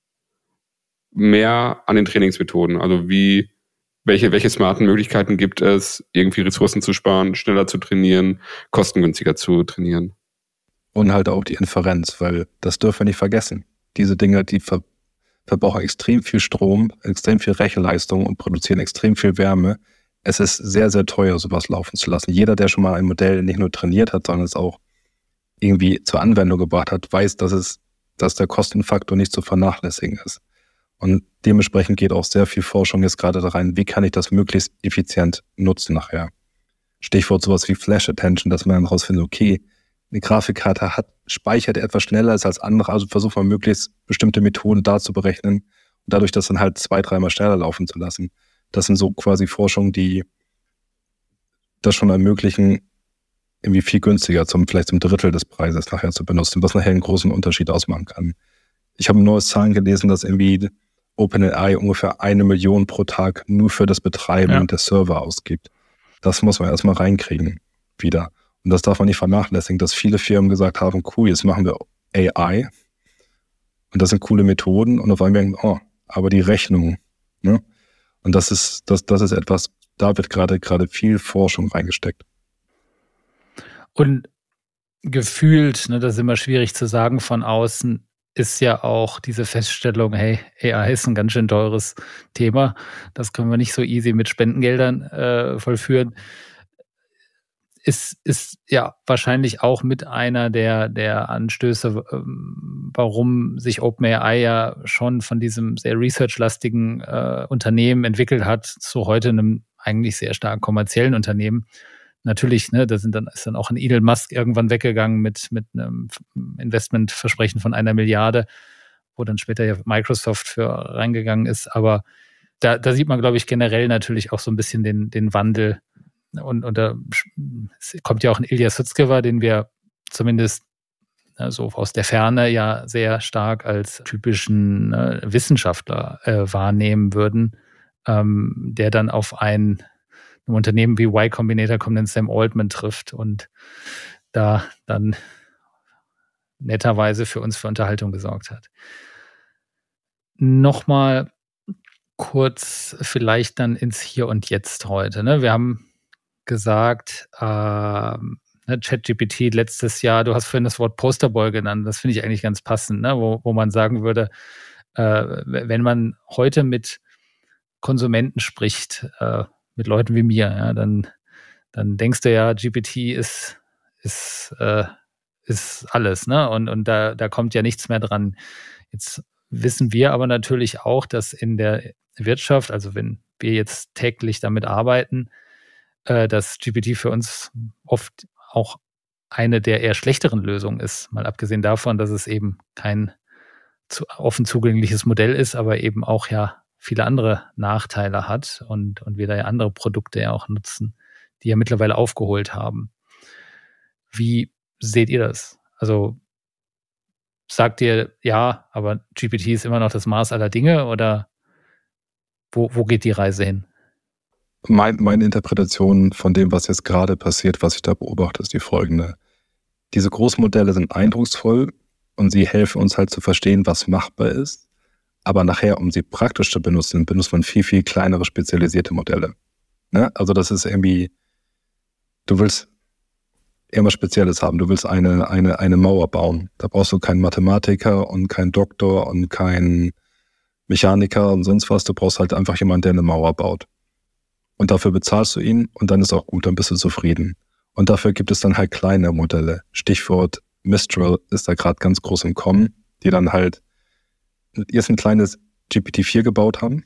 Mehr an den Trainingsmethoden. Also welche smarten Möglichkeiten gibt es, irgendwie Ressourcen zu sparen, schneller zu trainieren, kostengünstiger zu trainieren. Und halt auch die Inferenz, weil das dürfen wir nicht vergessen. Diese Dinge, die verbrauchen extrem viel Strom, extrem viel Rechenleistung und produzieren extrem viel Wärme. Es ist sehr, sehr teuer, sowas laufen zu lassen. Jeder, der schon mal ein Modell nicht nur trainiert hat, sondern es auch irgendwie zur Anwendung gebracht hat, weiß, dass der Kostenfaktor nicht zu vernachlässigen ist. Und dementsprechend geht auch sehr viel Forschung jetzt gerade da rein, wie kann ich das möglichst effizient nutzen nachher. Stichwort sowas wie Flash Attention, dass man dann rausfindet, okay, eine Grafikkarte speichert etwas schneller als andere, also versucht man möglichst bestimmte Methoden da zu berechnen und dadurch das dann halt 2-3 Mal schneller laufen zu lassen. Das sind so quasi Forschungen, die das schon ermöglichen, irgendwie viel günstiger, vielleicht zum Drittel des Preises nachher zu benutzen, was nachher einen großen Unterschied ausmachen kann. Ich habe neues Zahlen gelesen, dass irgendwie OpenAI ungefähr 1 Million pro Tag nur für das Betreiben der Server ausgibt. Das muss man erstmal reinkriegen wieder. Und das darf man nicht vernachlässigen, dass viele Firmen gesagt haben, cool, jetzt machen wir AI und das sind coole Methoden und auf einmal denken, aber die Rechnung, ne? Und das ist etwas, da wird gerade viel Forschung reingesteckt. Und gefühlt, das ist immer schwierig zu sagen von außen, ist ja auch diese Feststellung, hey, AI ist ein ganz schön teures Thema. Das können wir nicht so easy mit Spendengeldern vollführen. Ist ja wahrscheinlich auch mit einer der Anstöße, warum sich OpenAI ja schon von diesem sehr research-lastigen Unternehmen entwickelt hat zu heute einem eigentlich sehr stark kommerziellen Unternehmen. Natürlich, ist dann auch ein Elon Musk irgendwann weggegangen mit einem Investmentversprechen von 1 Milliarde, wo dann später ja Microsoft für reingegangen ist. Aber da sieht man, glaube ich, generell natürlich auch so ein bisschen den Wandel. Und da kommt ja auch ein Ilya Sutskever, den wir zumindest so aus der Ferne ja sehr stark als typischen Wissenschaftler wahrnehmen würden, der dann auf einem Unternehmen wie Y Combinator kommt, den Sam Altman trifft und da dann netterweise für uns für Unterhaltung gesorgt hat. Nochmal kurz vielleicht dann ins Hier und Jetzt heute. Wir haben gesagt, ChatGPT letztes Jahr, du hast vorhin das Wort Posterboy genannt, das finde ich eigentlich ganz passend, wo man sagen würde, wenn man heute mit Konsumenten spricht, mit Leuten wie mir, dann denkst du ja, GPT ist alles, und da kommt ja nichts mehr dran. Jetzt wissen wir aber natürlich auch, dass in der Wirtschaft, also wenn wir jetzt täglich damit arbeiten, dass GPT für uns oft auch eine der eher schlechteren Lösungen ist, mal abgesehen davon, dass es eben kein offen zugängliches Modell ist, aber eben auch ja viele andere Nachteile hat und wir da ja andere Produkte ja auch nutzen, die ja mittlerweile aufgeholt haben. Wie seht ihr das? Also sagt ihr, ja, aber GPT ist immer noch das Maß aller Dinge oder wo geht die Reise hin? Meine Interpretation von dem, was jetzt gerade passiert, was ich da beobachte, ist die folgende. Diese Großmodelle sind eindrucksvoll und sie helfen uns halt zu verstehen, was machbar ist. Aber nachher, um sie praktisch zu benutzen, benutzt man viel, viel kleinere spezialisierte Modelle. Also das ist irgendwie, du willst irgendwas Spezielles haben. Du willst eine Mauer bauen. Da brauchst du keinen Mathematiker und keinen Doktor und keinen Mechaniker und sonst was. Du brauchst halt einfach jemanden, der eine Mauer baut. Und dafür bezahlst du ihn und dann ist auch gut, dann bist du zufrieden. Und dafür gibt es dann halt kleine Modelle. Stichwort Mistral ist da gerade ganz groß im Kommen, die dann halt jetzt ein kleines GPT-4 gebaut haben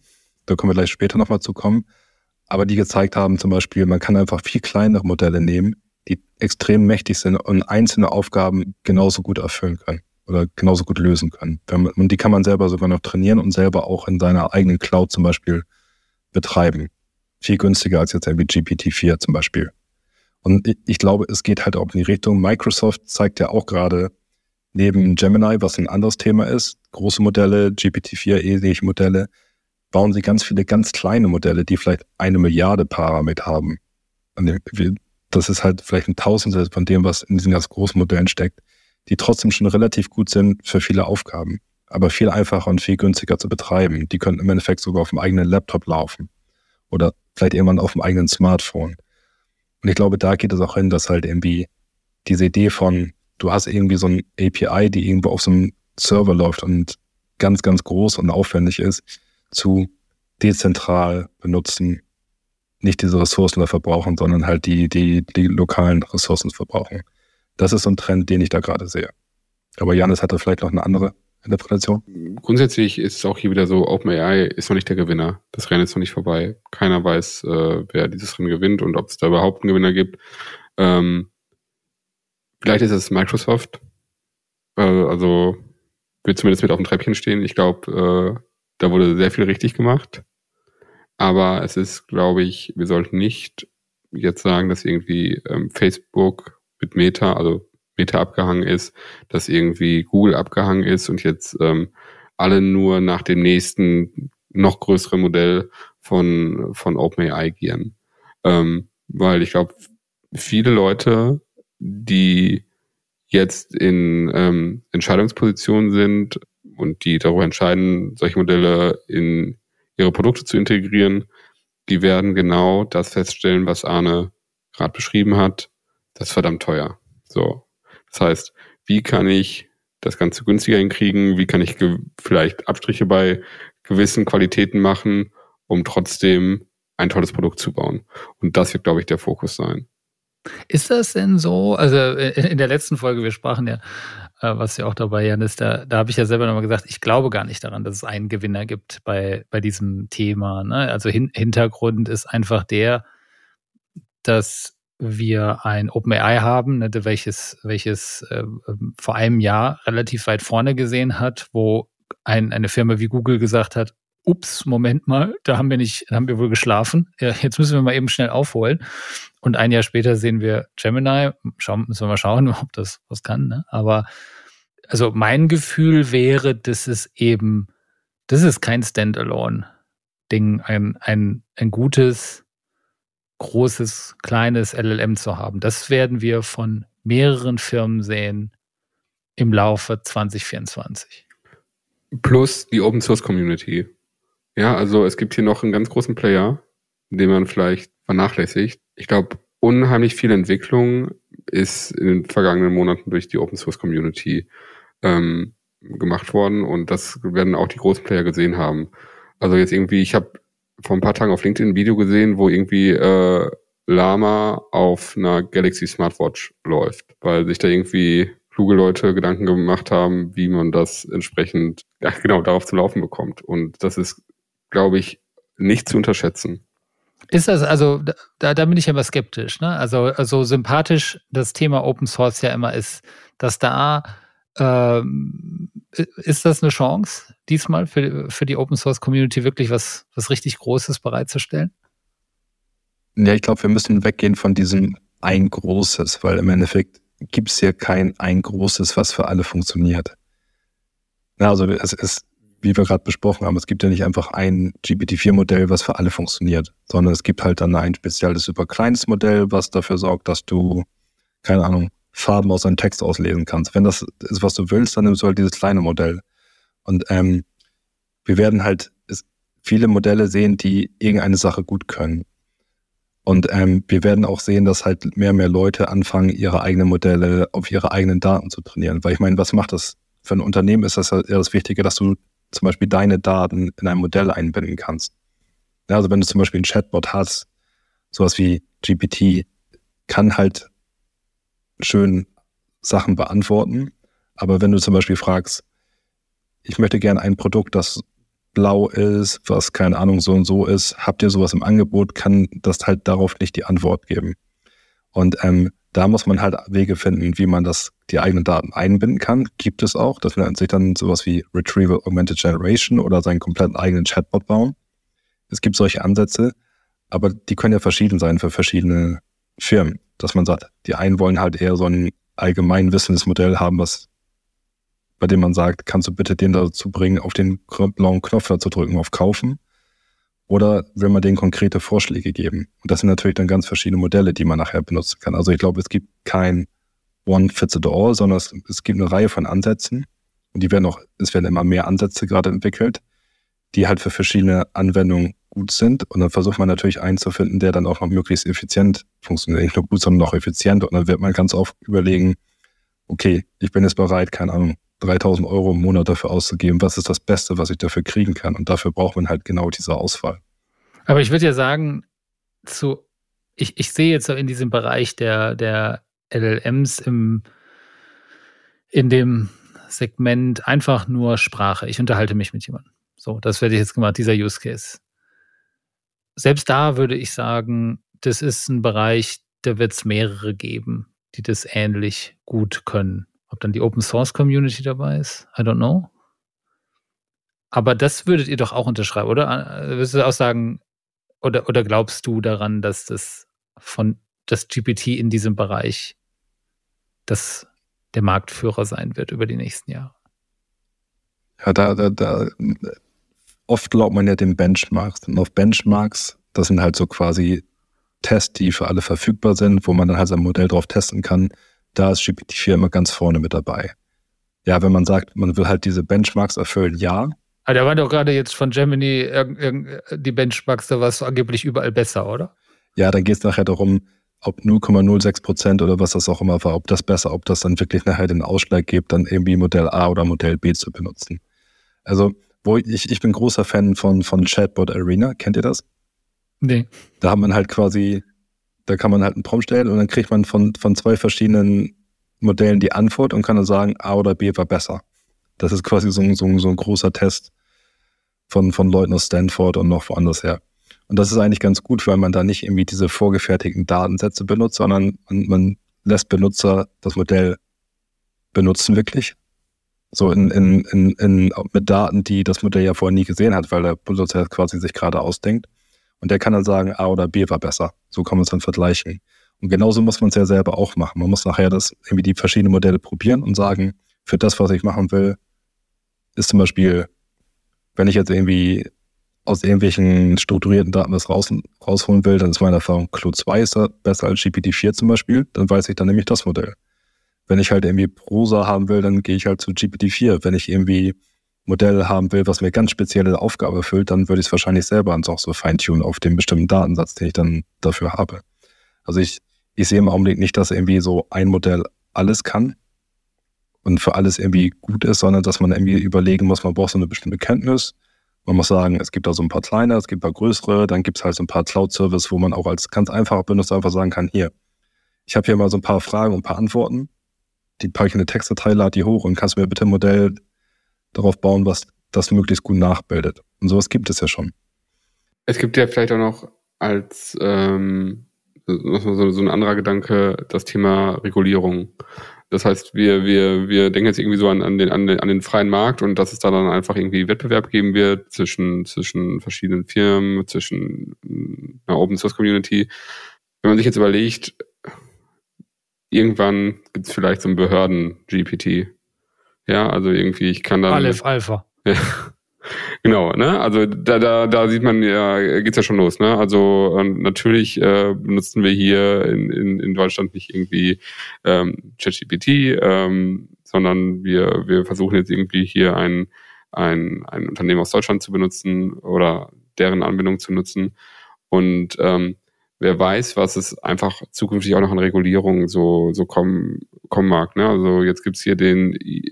da können wir gleich später nochmal zu kommen, aber die gezeigt haben zum Beispiel, man kann einfach viel kleinere Modelle nehmen, die extrem mächtig sind und einzelne Aufgaben genauso gut erfüllen können oder genauso gut lösen können. Und die kann man selber sogar noch trainieren und selber auch in seiner eigenen Cloud zum Beispiel betreiben. Viel günstiger als jetzt irgendwie GPT-4 zum Beispiel. Und ich glaube, es geht halt auch in die Richtung, Microsoft zeigt ja auch gerade neben Gemini, was ein anderes Thema ist, große Modelle, GPT-4, ähnliche Modelle, bauen sie ganz viele ganz kleine Modelle, die vielleicht 1 Milliarde Parameter haben. Und das ist halt vielleicht ein Tausendstel von dem, was in diesen ganz großen Modellen steckt, die trotzdem schon relativ gut sind für viele Aufgaben, aber viel einfacher und viel günstiger zu betreiben. Die können im Endeffekt sogar auf dem eigenen Laptop laufen oder vielleicht irgendwann auf dem eigenen Smartphone. Und ich glaube, da geht es auch hin, dass halt irgendwie diese Idee von, du hast irgendwie so ein API, die irgendwo auf so einem Server läuft und ganz, ganz groß und aufwendig ist, zu dezentral benutzen, nicht diese Ressourcen da verbrauchen, sondern halt die lokalen Ressourcen verbrauchen. Das ist so ein Trend, den ich da gerade sehe. Aber Janis hatte vielleicht noch eine andere Interpretation. Grundsätzlich ist es auch hier wieder so, OpenAI ist noch nicht der Gewinner. Das Rennen ist noch nicht vorbei. Keiner weiß, wer dieses Rennen gewinnt und ob es da überhaupt einen Gewinner gibt. Vielleicht ist es Microsoft. Also wird zumindest mit auf dem Treppchen stehen. Ich glaube, da wurde sehr viel richtig gemacht. Aber es ist, glaube ich, wir sollten nicht jetzt sagen, dass irgendwie Facebook mit Meta, also Meta abgehangen ist, dass irgendwie Google abgehangen ist und jetzt alle nur nach dem nächsten, noch größeren Modell von OpenAI gieren. Weil ich glaube, viele Leute, die jetzt in Entscheidungspositionen sind und die darüber entscheiden, solche Modelle in ihre Produkte zu integrieren, die werden genau das feststellen, was Arne gerade beschrieben hat. Das ist verdammt teuer. So. Das heißt, wie kann ich das Ganze günstiger hinkriegen? Wie kann ich vielleicht Abstriche bei gewissen Qualitäten machen, um trotzdem ein tolles Produkt zu bauen? Und das wird, glaube ich, der Fokus sein. Ist das denn so? Also in der letzten Folge, wir sprachen ja, was ja auch dabei, Janis, da habe ich ja selber nochmal gesagt, ich glaube gar nicht daran, dass es einen Gewinner gibt bei diesem Thema. Ne? Also Hintergrund ist einfach der, dass wir ein OpenAI haben, ne, welches vor einem Jahr relativ weit vorne gesehen hat, wo eine Firma wie Google gesagt hat, ups, Moment mal, da haben wir wohl geschlafen. Ja, jetzt müssen wir mal eben schnell aufholen. Und ein Jahr später sehen wir Gemini. Müssen wir mal schauen, ob das was kann. Ne? Aber also mein Gefühl wäre, das ist kein Standalone-Ding, ein gutes, großes, kleines LLM zu haben. Das werden wir von mehreren Firmen sehen im Laufe 2024. Plus die Open Source Community. Ja, also es gibt hier noch einen ganz großen Player, den man vielleicht vernachlässigt. Ich glaube, unheimlich viel Entwicklung ist in den vergangenen Monaten durch die Open Source Community gemacht worden und das werden auch die großen Player gesehen haben. Also jetzt irgendwie, ich habe vor ein paar Tagen auf LinkedIn ein Video gesehen, wo irgendwie Llama auf einer Galaxy Smartwatch läuft, weil sich da irgendwie kluge Leute Gedanken gemacht haben, wie man das entsprechend darauf zu laufen bekommt. Und das ist, glaube ich, nicht zu unterschätzen. Ist das, also da bin ich immer skeptisch, ne? Also sympathisch das Thema Open Source ja immer ist, dass da ist das eine Chance, diesmal für die Open Source Community wirklich was richtig Großes bereitzustellen? Ja, ich glaube, wir müssen weggehen von diesem ein Großes, weil im Endeffekt gibt es hier kein ein Großes, was für alle funktioniert. Ja, also es ist, wie wir gerade besprochen haben, es gibt ja nicht einfach ein GPT-4-Modell, was für alle funktioniert, sondern es gibt halt dann ein spezielles, super kleines Modell, was dafür sorgt, dass du, keine Ahnung, Farben aus einem Text auslesen kannst. Wenn das ist, was du willst, dann nimmst du halt dieses kleine Modell. Und wir werden halt viele Modelle sehen, die irgendeine Sache gut können. Und wir werden auch sehen, dass halt mehr und mehr Leute anfangen, ihre eigenen Modelle auf ihre eigenen Daten zu trainieren. Weil ich meine, was macht das? Für ein Unternehmen ist das ja eher das Wichtige, dass du zum Beispiel deine Daten in ein Modell einbinden kannst. Ja, also wenn du zum Beispiel einen Chatbot hast, sowas wie GPT, kann halt schön Sachen beantworten. Aber wenn du zum Beispiel fragst, ich möchte gerne ein Produkt, das blau ist, was keine Ahnung so und so ist, habt ihr sowas im Angebot, kann das halt darauf nicht die Antwort geben. Und da muss man halt Wege finden, wie man die eigenen Daten einbinden kann. Gibt es auch. Das nennt sich dann sowas wie Retrieval Augmented Generation oder seinen kompletten eigenen Chatbot bauen. Es gibt solche Ansätze, aber die können ja verschieden sein für verschiedene Firmen. Dass man sagt, die einen wollen halt eher so ein allgemein wissendes Modell haben, bei dem man sagt, kannst du bitte den dazu bringen, auf den blauen Knopf da zu drücken, auf Kaufen? Oder will man denen konkrete Vorschläge geben? Und das sind natürlich dann ganz verschiedene Modelle, die man nachher benutzen kann. Also ich glaube, es gibt kein One-Fits-it-all, sondern es gibt eine Reihe von Ansätzen. Und es werden immer mehr Ansätze gerade entwickelt, die halt für verschiedene Anwendungen gut sind. Und dann versucht man natürlich einen zu finden, der dann auch noch möglichst effizient funktioniert. Nicht nur gut, sondern noch effizient. Und dann wird man ganz oft überlegen, okay, ich bin jetzt bereit, keine Ahnung, 3.000 € im Monat dafür auszugeben. Was ist das Beste, was ich dafür kriegen kann? Und dafür braucht man halt genau diese Auswahl. Aber ich würde ja sagen, ich sehe jetzt so in diesem Bereich der LLMs in dem Segment einfach nur Sprache. Ich unterhalte mich mit jemandem. So, das werde ich jetzt gemacht, dieser Use Case. Selbst da würde ich sagen, das ist ein Bereich, da wird es mehrere geben, die das ähnlich gut können. Ob dann die Open Source Community dabei ist, I don't know. Aber das würdet ihr doch auch unterschreiben, oder? Würdest du auch sagen, oder glaubst du daran, dass das GPT in diesem Bereich der Marktführer sein wird über die nächsten Jahre? Ja, da oft glaubt man ja den Benchmarks. Und auf Benchmarks, das sind halt so quasi Tests, die für alle verfügbar sind, wo man dann halt sein Modell drauf testen kann. Da ist GPT-4 immer ganz vorne mit dabei. Ja, wenn man sagt, man will halt diese Benchmarks erfüllen, ja. Aber da waren doch gerade jetzt von Gemini die Benchmarks, da war es angeblich überall besser, oder? Ja, dann geht es nachher darum, ob 0,06% oder was das auch immer war, ob das dann wirklich nachher den Ausschlag gibt, dann irgendwie Modell A oder Modell B zu benutzen. Also, ich bin großer Fan von Chatbot Arena, kennt ihr das? Nee. Da hat man halt quasi, da kann man halt einen Prompt stellen und dann kriegt man von 2 verschiedenen Modellen die Antwort und kann dann sagen, A oder B war besser. Das ist quasi so ein großer Test von Leuten aus Stanford und noch woanders her. Und das ist eigentlich ganz gut, weil man da nicht irgendwie diese vorgefertigten Datensätze benutzt, sondern man lässt Benutzer das Modell benutzen wirklich. So mit Daten, die das Modell ja vorher nie gesehen hat, weil der Benutzer quasi sich gerade ausdenkt. Und der kann dann sagen, A oder B war besser. So kann man es dann vergleichen. Und genauso muss man es ja selber auch machen. Man muss nachher die verschiedenen Modelle probieren und sagen, für das, was ich machen will, ist zum Beispiel, wenn ich jetzt irgendwie aus irgendwelchen strukturierten Daten was rausholen will, dann ist meine Erfahrung, Claude 2 ist da besser als GPT-4 zum Beispiel, dann weiß ich dann nämlich das Modell. Wenn ich halt irgendwie Prosa haben will, dann gehe ich halt zu GPT-4. Wenn ich irgendwie Modell haben will, was mir ganz spezielle Aufgabe erfüllt, dann würde ich es wahrscheinlich selber auch so feintunen auf den bestimmten Datensatz, den ich dann dafür habe. Also ich sehe im Augenblick nicht, dass irgendwie so ein Modell alles kann und für alles irgendwie gut ist, sondern dass man irgendwie überlegen muss, man braucht so eine bestimmte Kenntnis. Man muss sagen, es gibt da so ein paar kleine, es gibt ein paar größere, dann gibt es halt so ein paar Cloud-Service, wo man auch als ganz einfacher Benutzer einfach sagen kann, hier, ich habe hier mal so ein paar Fragen und ein paar Antworten, die packe ich in eine Textdatei, lade die hoch und kannst mir bitte ein Modell darauf bauen, was das möglichst gut nachbildet. Und sowas gibt es ja schon. Es gibt ja vielleicht auch noch als so ein anderer Gedanke das Thema Regulierung. Das heißt, wir denken jetzt irgendwie so an den freien Markt und dass es da dann einfach irgendwie Wettbewerb geben wird zwischen verschiedenen Firmen, zwischen einer Open Source Community. Wenn man sich jetzt überlegt, irgendwann gibt es vielleicht so ein Behörden-GPT. Ja, also irgendwie, ich kann dann... Aleph Alpha. Ja, genau, ne? Also da sieht man ja, geht's ja schon los, ne? Also natürlich benutzen wir hier in Deutschland nicht irgendwie ChatGPT, sondern wir versuchen jetzt irgendwie hier ein Unternehmen aus Deutschland zu benutzen oder deren Anbindung zu nutzen. Und wer weiß, was es einfach zukünftig auch noch an Regulierungen so kommen mag. Ne? Also jetzt gibt's hier den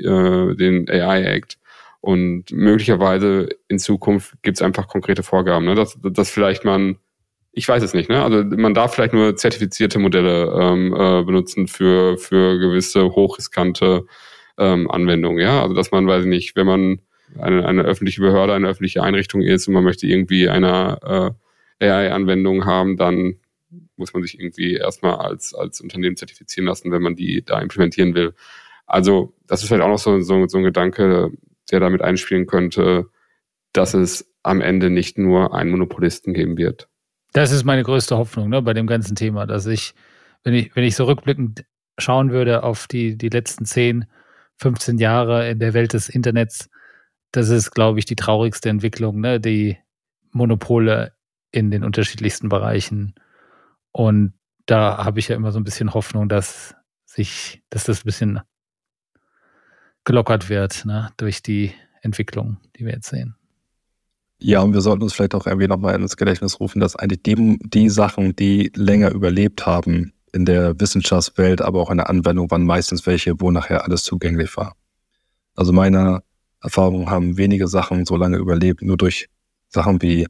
AI Act und möglicherweise in Zukunft gibt's einfach konkrete Vorgaben, ne? dass vielleicht ich weiß es nicht, ne? Also man darf vielleicht nur zertifizierte Modelle benutzen für gewisse hochriskante Anwendungen, ja. Also dass man, weiß ich nicht, wenn man eine öffentliche Behörde, eine öffentliche Einrichtung ist und man möchte irgendwie eine AI-Anwendung haben, dann muss man sich irgendwie erstmal als Unternehmen zertifizieren lassen, wenn man die da implementieren will. Also das ist vielleicht auch noch so ein Gedanke, der damit einspielen könnte, dass es am Ende nicht nur einen Monopolisten geben wird. Das ist meine größte Hoffnung, ne, bei dem ganzen Thema, dass ich, wenn ich so rückblickend schauen würde auf die letzten 10, 15 Jahre in der Welt des Internets, das ist, glaube ich, die traurigste Entwicklung, ne, die Monopole in den unterschiedlichsten Bereichen. Und da habe ich ja immer so ein bisschen Hoffnung, dass das ein bisschen gelockert wird, ne, durch die Entwicklung, die wir jetzt sehen. Ja, und wir sollten uns vielleicht auch irgendwie nochmal ins Gedächtnis rufen, dass eigentlich die Sachen, die länger überlebt haben in der Wissenschaftswelt, aber auch in der Anwendung, waren meistens welche, wo nachher alles zugänglich war. Also meiner Erfahrung haben wenige Sachen so lange überlebt, nur durch Sachen wie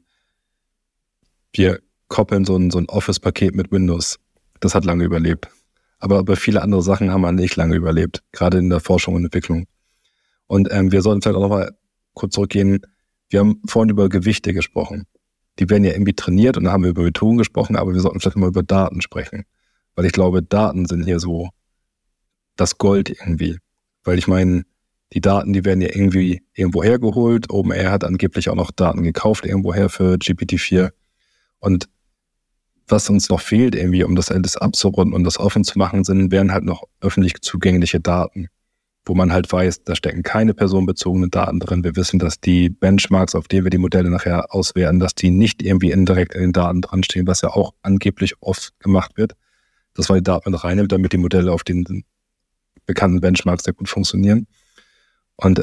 wir koppeln so ein Office-Paket mit Windows. Das hat lange überlebt. Aber viele andere Sachen haben nicht lange überlebt, gerade in der Forschung und Entwicklung. Und wir sollten vielleicht auch nochmal kurz zurückgehen. Wir haben vorhin über Gewichte gesprochen. Die werden ja irgendwie trainiert und da haben wir über Methoden gesprochen, aber wir sollten vielleicht mal über Daten sprechen. Weil ich glaube, Daten sind hier so das Gold irgendwie. Weil ich meine, die Daten, die werden ja irgendwie irgendwo hergeholt. OpenAI hat angeblich auch noch Daten gekauft irgendwoher für GPT-4. Und was uns noch fehlt irgendwie, um das alles abzurunden und das offen zu machen, wären halt noch öffentlich zugängliche Daten, wo man halt weiß, da stecken keine personenbezogenen Daten drin. Wir wissen, dass die Benchmarks, auf denen wir die Modelle nachher auswerten, dass die nicht irgendwie indirekt in den Daten dran stehen, was ja auch angeblich oft gemacht wird, dass man die Daten mit reinnimmt, damit die Modelle auf den bekannten Benchmarks sehr gut funktionieren. Und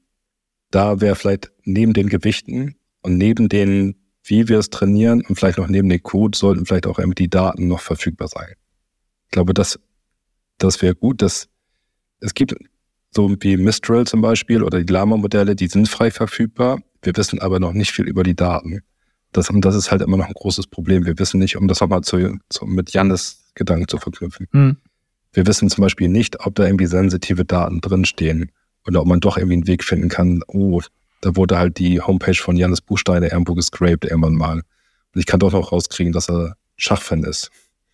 da wäre vielleicht neben den Gewichten und neben den, wie wir es trainieren und vielleicht noch neben den Code, sollten vielleicht auch irgendwie die Daten noch verfügbar sein. Ich glaube, das wäre gut. Es gibt so wie Mistral zum Beispiel oder die Llama-Modelle, die sind frei verfügbar. Wir wissen aber noch nicht viel über die Daten. Das ist halt immer noch ein großes Problem. Wir wissen nicht, um das nochmal mit Jannes Gedanken zu verknüpfen. Wir wissen zum Beispiel nicht, ob da irgendwie sensitive Daten drinstehen oder ob man doch irgendwie einen Weg finden kann, da wurde halt die Homepage von Jannes Buchsteiner irgendwo gescraped irgendwann mal. Und ich kann doch noch rauskriegen, dass er Schachfan ist.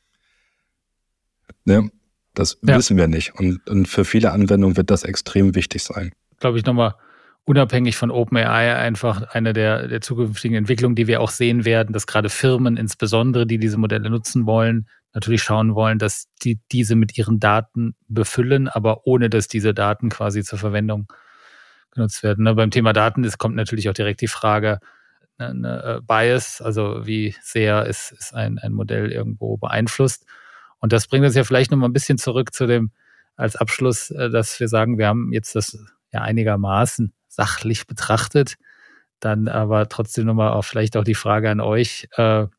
Ne? Das wissen wir nicht. Und für viele Anwendungen wird das extrem wichtig sein. Glaube ich nochmal unabhängig von OpenAI einfach eine der zukünftigen Entwicklungen, die wir auch sehen werden, dass gerade Firmen insbesondere, die diese Modelle nutzen wollen, natürlich schauen wollen, dass die diese mit ihren Daten befüllen, aber ohne, dass diese Daten quasi zur Verwendung genutzt werden. Ne? Beim Thema Daten kommt natürlich auch direkt die Frage, eine Bias, also wie sehr ist ein Modell irgendwo beeinflusst. Und das bringt uns ja vielleicht nochmal ein bisschen zurück zu dem, als Abschluss, dass wir sagen, wir haben jetzt das ja einigermaßen sachlich betrachtet. Dann aber trotzdem nochmal vielleicht auch die Frage an euch,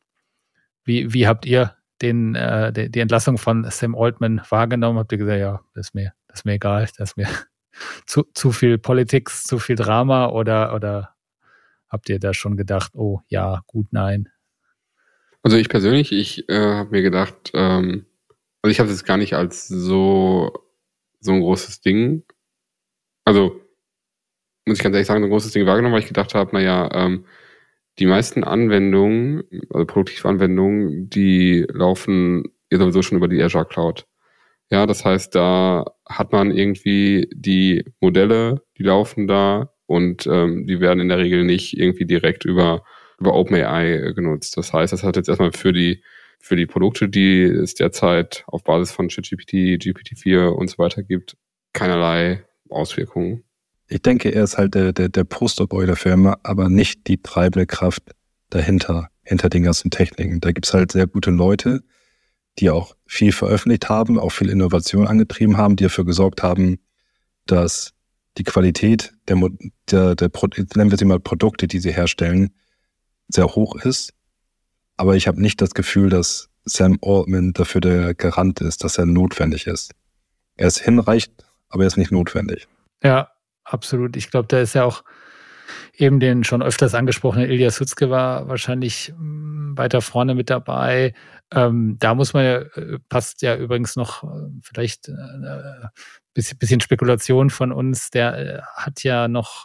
wie habt ihr die Entlassung von Sam Altman wahrgenommen? Habt ihr gesagt, ja, das ist mir egal, das ist mir zu viel Politik, zu viel Drama oder habt ihr da schon gedacht, oh ja, gut, nein? Also ich persönlich, habe mir gedacht, also ich habe es jetzt gar nicht als so ein großes Ding, also muss ich ganz ehrlich sagen, so ein großes Ding wahrgenommen, weil ich gedacht habe, naja, die meisten Anwendungen, also Produktivanwendungen, die laufen ja sowieso schon über die Azure Cloud. Ja, das heißt, da hat man irgendwie die Modelle, die laufen da und die werden in der Regel nicht irgendwie direkt über OpenAI genutzt. Das heißt, das hat jetzt erstmal für die Produkte, die es derzeit auf Basis von ChatGPT, GPT-4 und so weiter gibt, keinerlei Auswirkungen. Ich denke, er ist halt der Posterboy der Firma, aber nicht die treibende Kraft dahinter, hinter den ganzen Techniken. Da gibt's halt sehr gute Leute, die auch viel veröffentlicht haben, auch viel Innovation angetrieben haben, die dafür gesorgt haben, dass die Qualität nennen wir sie mal Produkte, die sie herstellen, sehr hoch ist. Aber ich habe nicht das Gefühl, dass Sam Altman dafür der Garant ist, dass er notwendig ist. Er ist hinreichend, aber er ist nicht notwendig. Ja, absolut. Ich glaube, da ist ja auch eben den schon öfters angesprochenen Ilya Sutskever war wahrscheinlich weiter vorne mit dabei. Da muss man passt ja übrigens noch vielleicht bisschen Spekulation von uns, der hat ja noch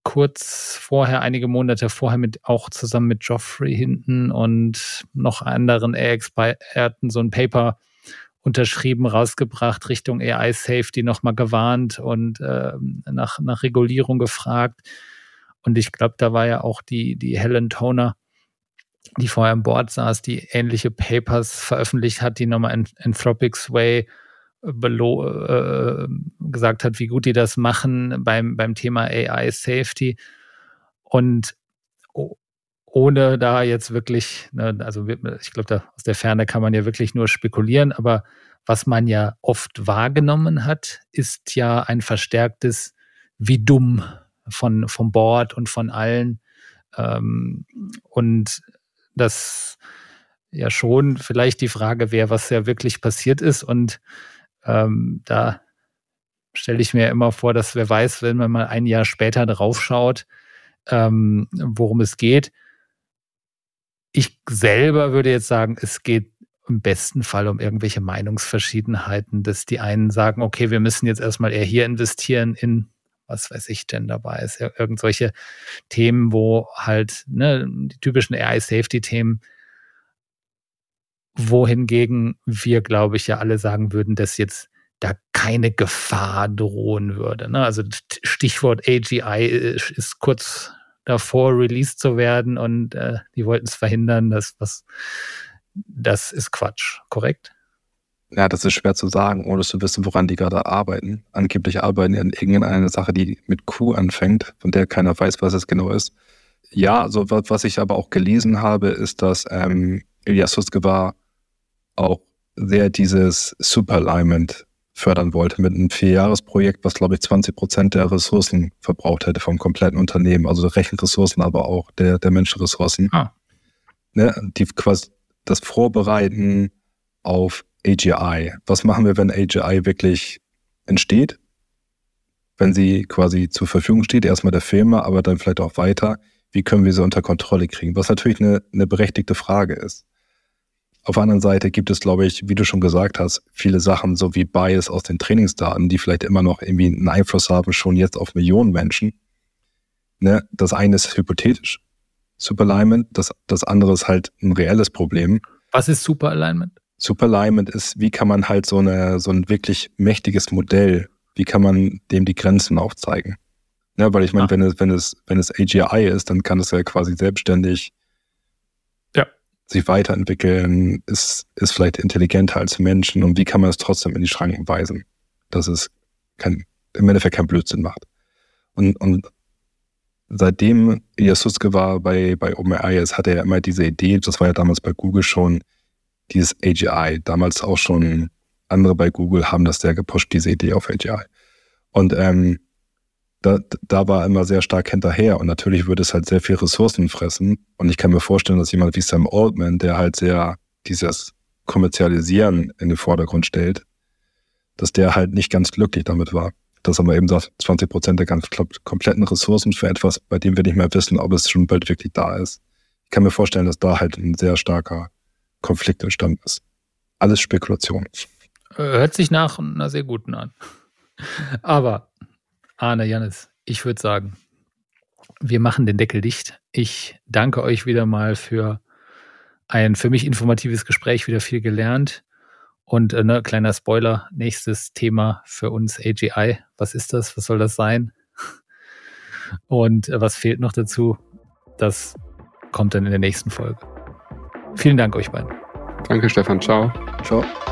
kurz vorher, einige Monate vorher auch zusammen mit Geoffrey Hinton und noch anderen AI-Experten so ein Paper unterschrieben, rausgebracht, Richtung AI-Safety nochmal gewarnt und nach Regulierung gefragt. Und ich glaube, da war ja auch die Helen Toner, die vorher an Bord saß, die ähnliche Papers veröffentlicht hat, die nochmal Anthropic's Way gesagt hat, wie gut die das machen beim Thema AI-Safety. Und ohne da jetzt wirklich, also ich glaube, aus der Ferne kann man ja wirklich nur spekulieren, aber was man ja oft wahrgenommen hat, ist ja ein verstärktes wie dumm vom Board und von allen. Und das ja schon vielleicht die Frage wäre, was ja wirklich passiert ist. Und da stelle ich mir immer vor, dass wer weiß, wenn man mal ein Jahr später drauf schaut, worum es geht. Ich selber würde jetzt sagen, es geht im besten Fall um irgendwelche Meinungsverschiedenheiten, dass die einen sagen, okay, wir müssen jetzt erstmal eher hier investieren in, was weiß ich denn dabei ist, ja, irgendwelche Themen, wo halt die typischen AI-Safety-Themen, wohingegen wir, glaube ich, ja alle sagen würden, dass jetzt da keine Gefahr drohen würde. Also Stichwort AGI ist kurz davor, released zu werden und die wollten es verhindern. Das ist Quatsch, korrekt? Ja, das ist schwer zu sagen, ohne zu wissen, woran die gerade arbeiten. Angeblich arbeiten die an irgendeiner Sache, die mit Q anfängt, von der keiner weiß, was es genau ist. Ja, also was ich aber auch gelesen habe, ist, dass Ilya Sutskever auch sehr dieses Superalignment fördern wollte mit einem 4-Jahres-Projekt, was, glaube ich, 20% der Ressourcen verbraucht hätte vom kompletten Unternehmen, also Rechenressourcen, aber auch der Menschenressourcen. Die quasi das Vorbereiten auf AGI. Was machen wir, wenn AGI wirklich entsteht? Wenn sie quasi zur Verfügung steht, erstmal der Firma, aber dann vielleicht auch weiter. Wie können wir sie unter Kontrolle kriegen? Was natürlich eine berechtigte Frage ist. Auf der anderen Seite gibt es, glaube ich, wie du schon gesagt hast, viele Sachen, so wie Bias aus den Trainingsdaten, die vielleicht immer noch irgendwie einen Einfluss haben, schon jetzt auf Millionen Menschen. Das eine ist hypothetisch, Superalignment, das andere ist halt ein reelles Problem. Was ist Superalignment? Superalignment ist, wie kann man halt so ein wirklich mächtiges Modell, wie kann man dem die Grenzen aufzeigen? Weil ich meine, wenn es AGI ist, dann kann es ja quasi selbstständig sich weiterentwickeln, ist vielleicht intelligenter als Menschen und wie kann man es trotzdem in die Schranken weisen, dass es im Endeffekt keinen Blödsinn macht. Und seitdem Ilya Sutskever bei OpenAI ist, hat er ja immer diese Idee, das war ja damals bei Google schon, dieses AGI, damals auch schon andere bei Google haben das sehr gepusht, diese Idee auf AGI. Und da war er immer sehr stark hinterher und natürlich würde es halt sehr viel Ressourcen fressen und ich kann mir vorstellen, dass jemand wie Sam Altman, der halt sehr dieses Kommerzialisieren in den Vordergrund stellt, dass der halt nicht ganz glücklich damit war. Dass er mal eben sagt, 20% der ganz kompletten Ressourcen für etwas, bei dem wir nicht mehr wissen, ob es schon bald wirklich da ist. Ich kann mir vorstellen, dass da halt ein sehr starker Konflikt entstanden ist. Alles Spekulation. Hört sich nach einer sehr guten an. Aber Arne, Jannis, ich würde sagen, wir machen den Deckel dicht. Ich danke euch wieder mal für ein für mich informatives Gespräch, wieder viel gelernt. Und kleiner Spoiler, nächstes Thema für uns AGI. Was ist das? Was soll das sein? Und was fehlt noch dazu? Das kommt dann in der nächsten Folge. Vielen Dank euch beiden. Danke, Stefan. Ciao. Ciao.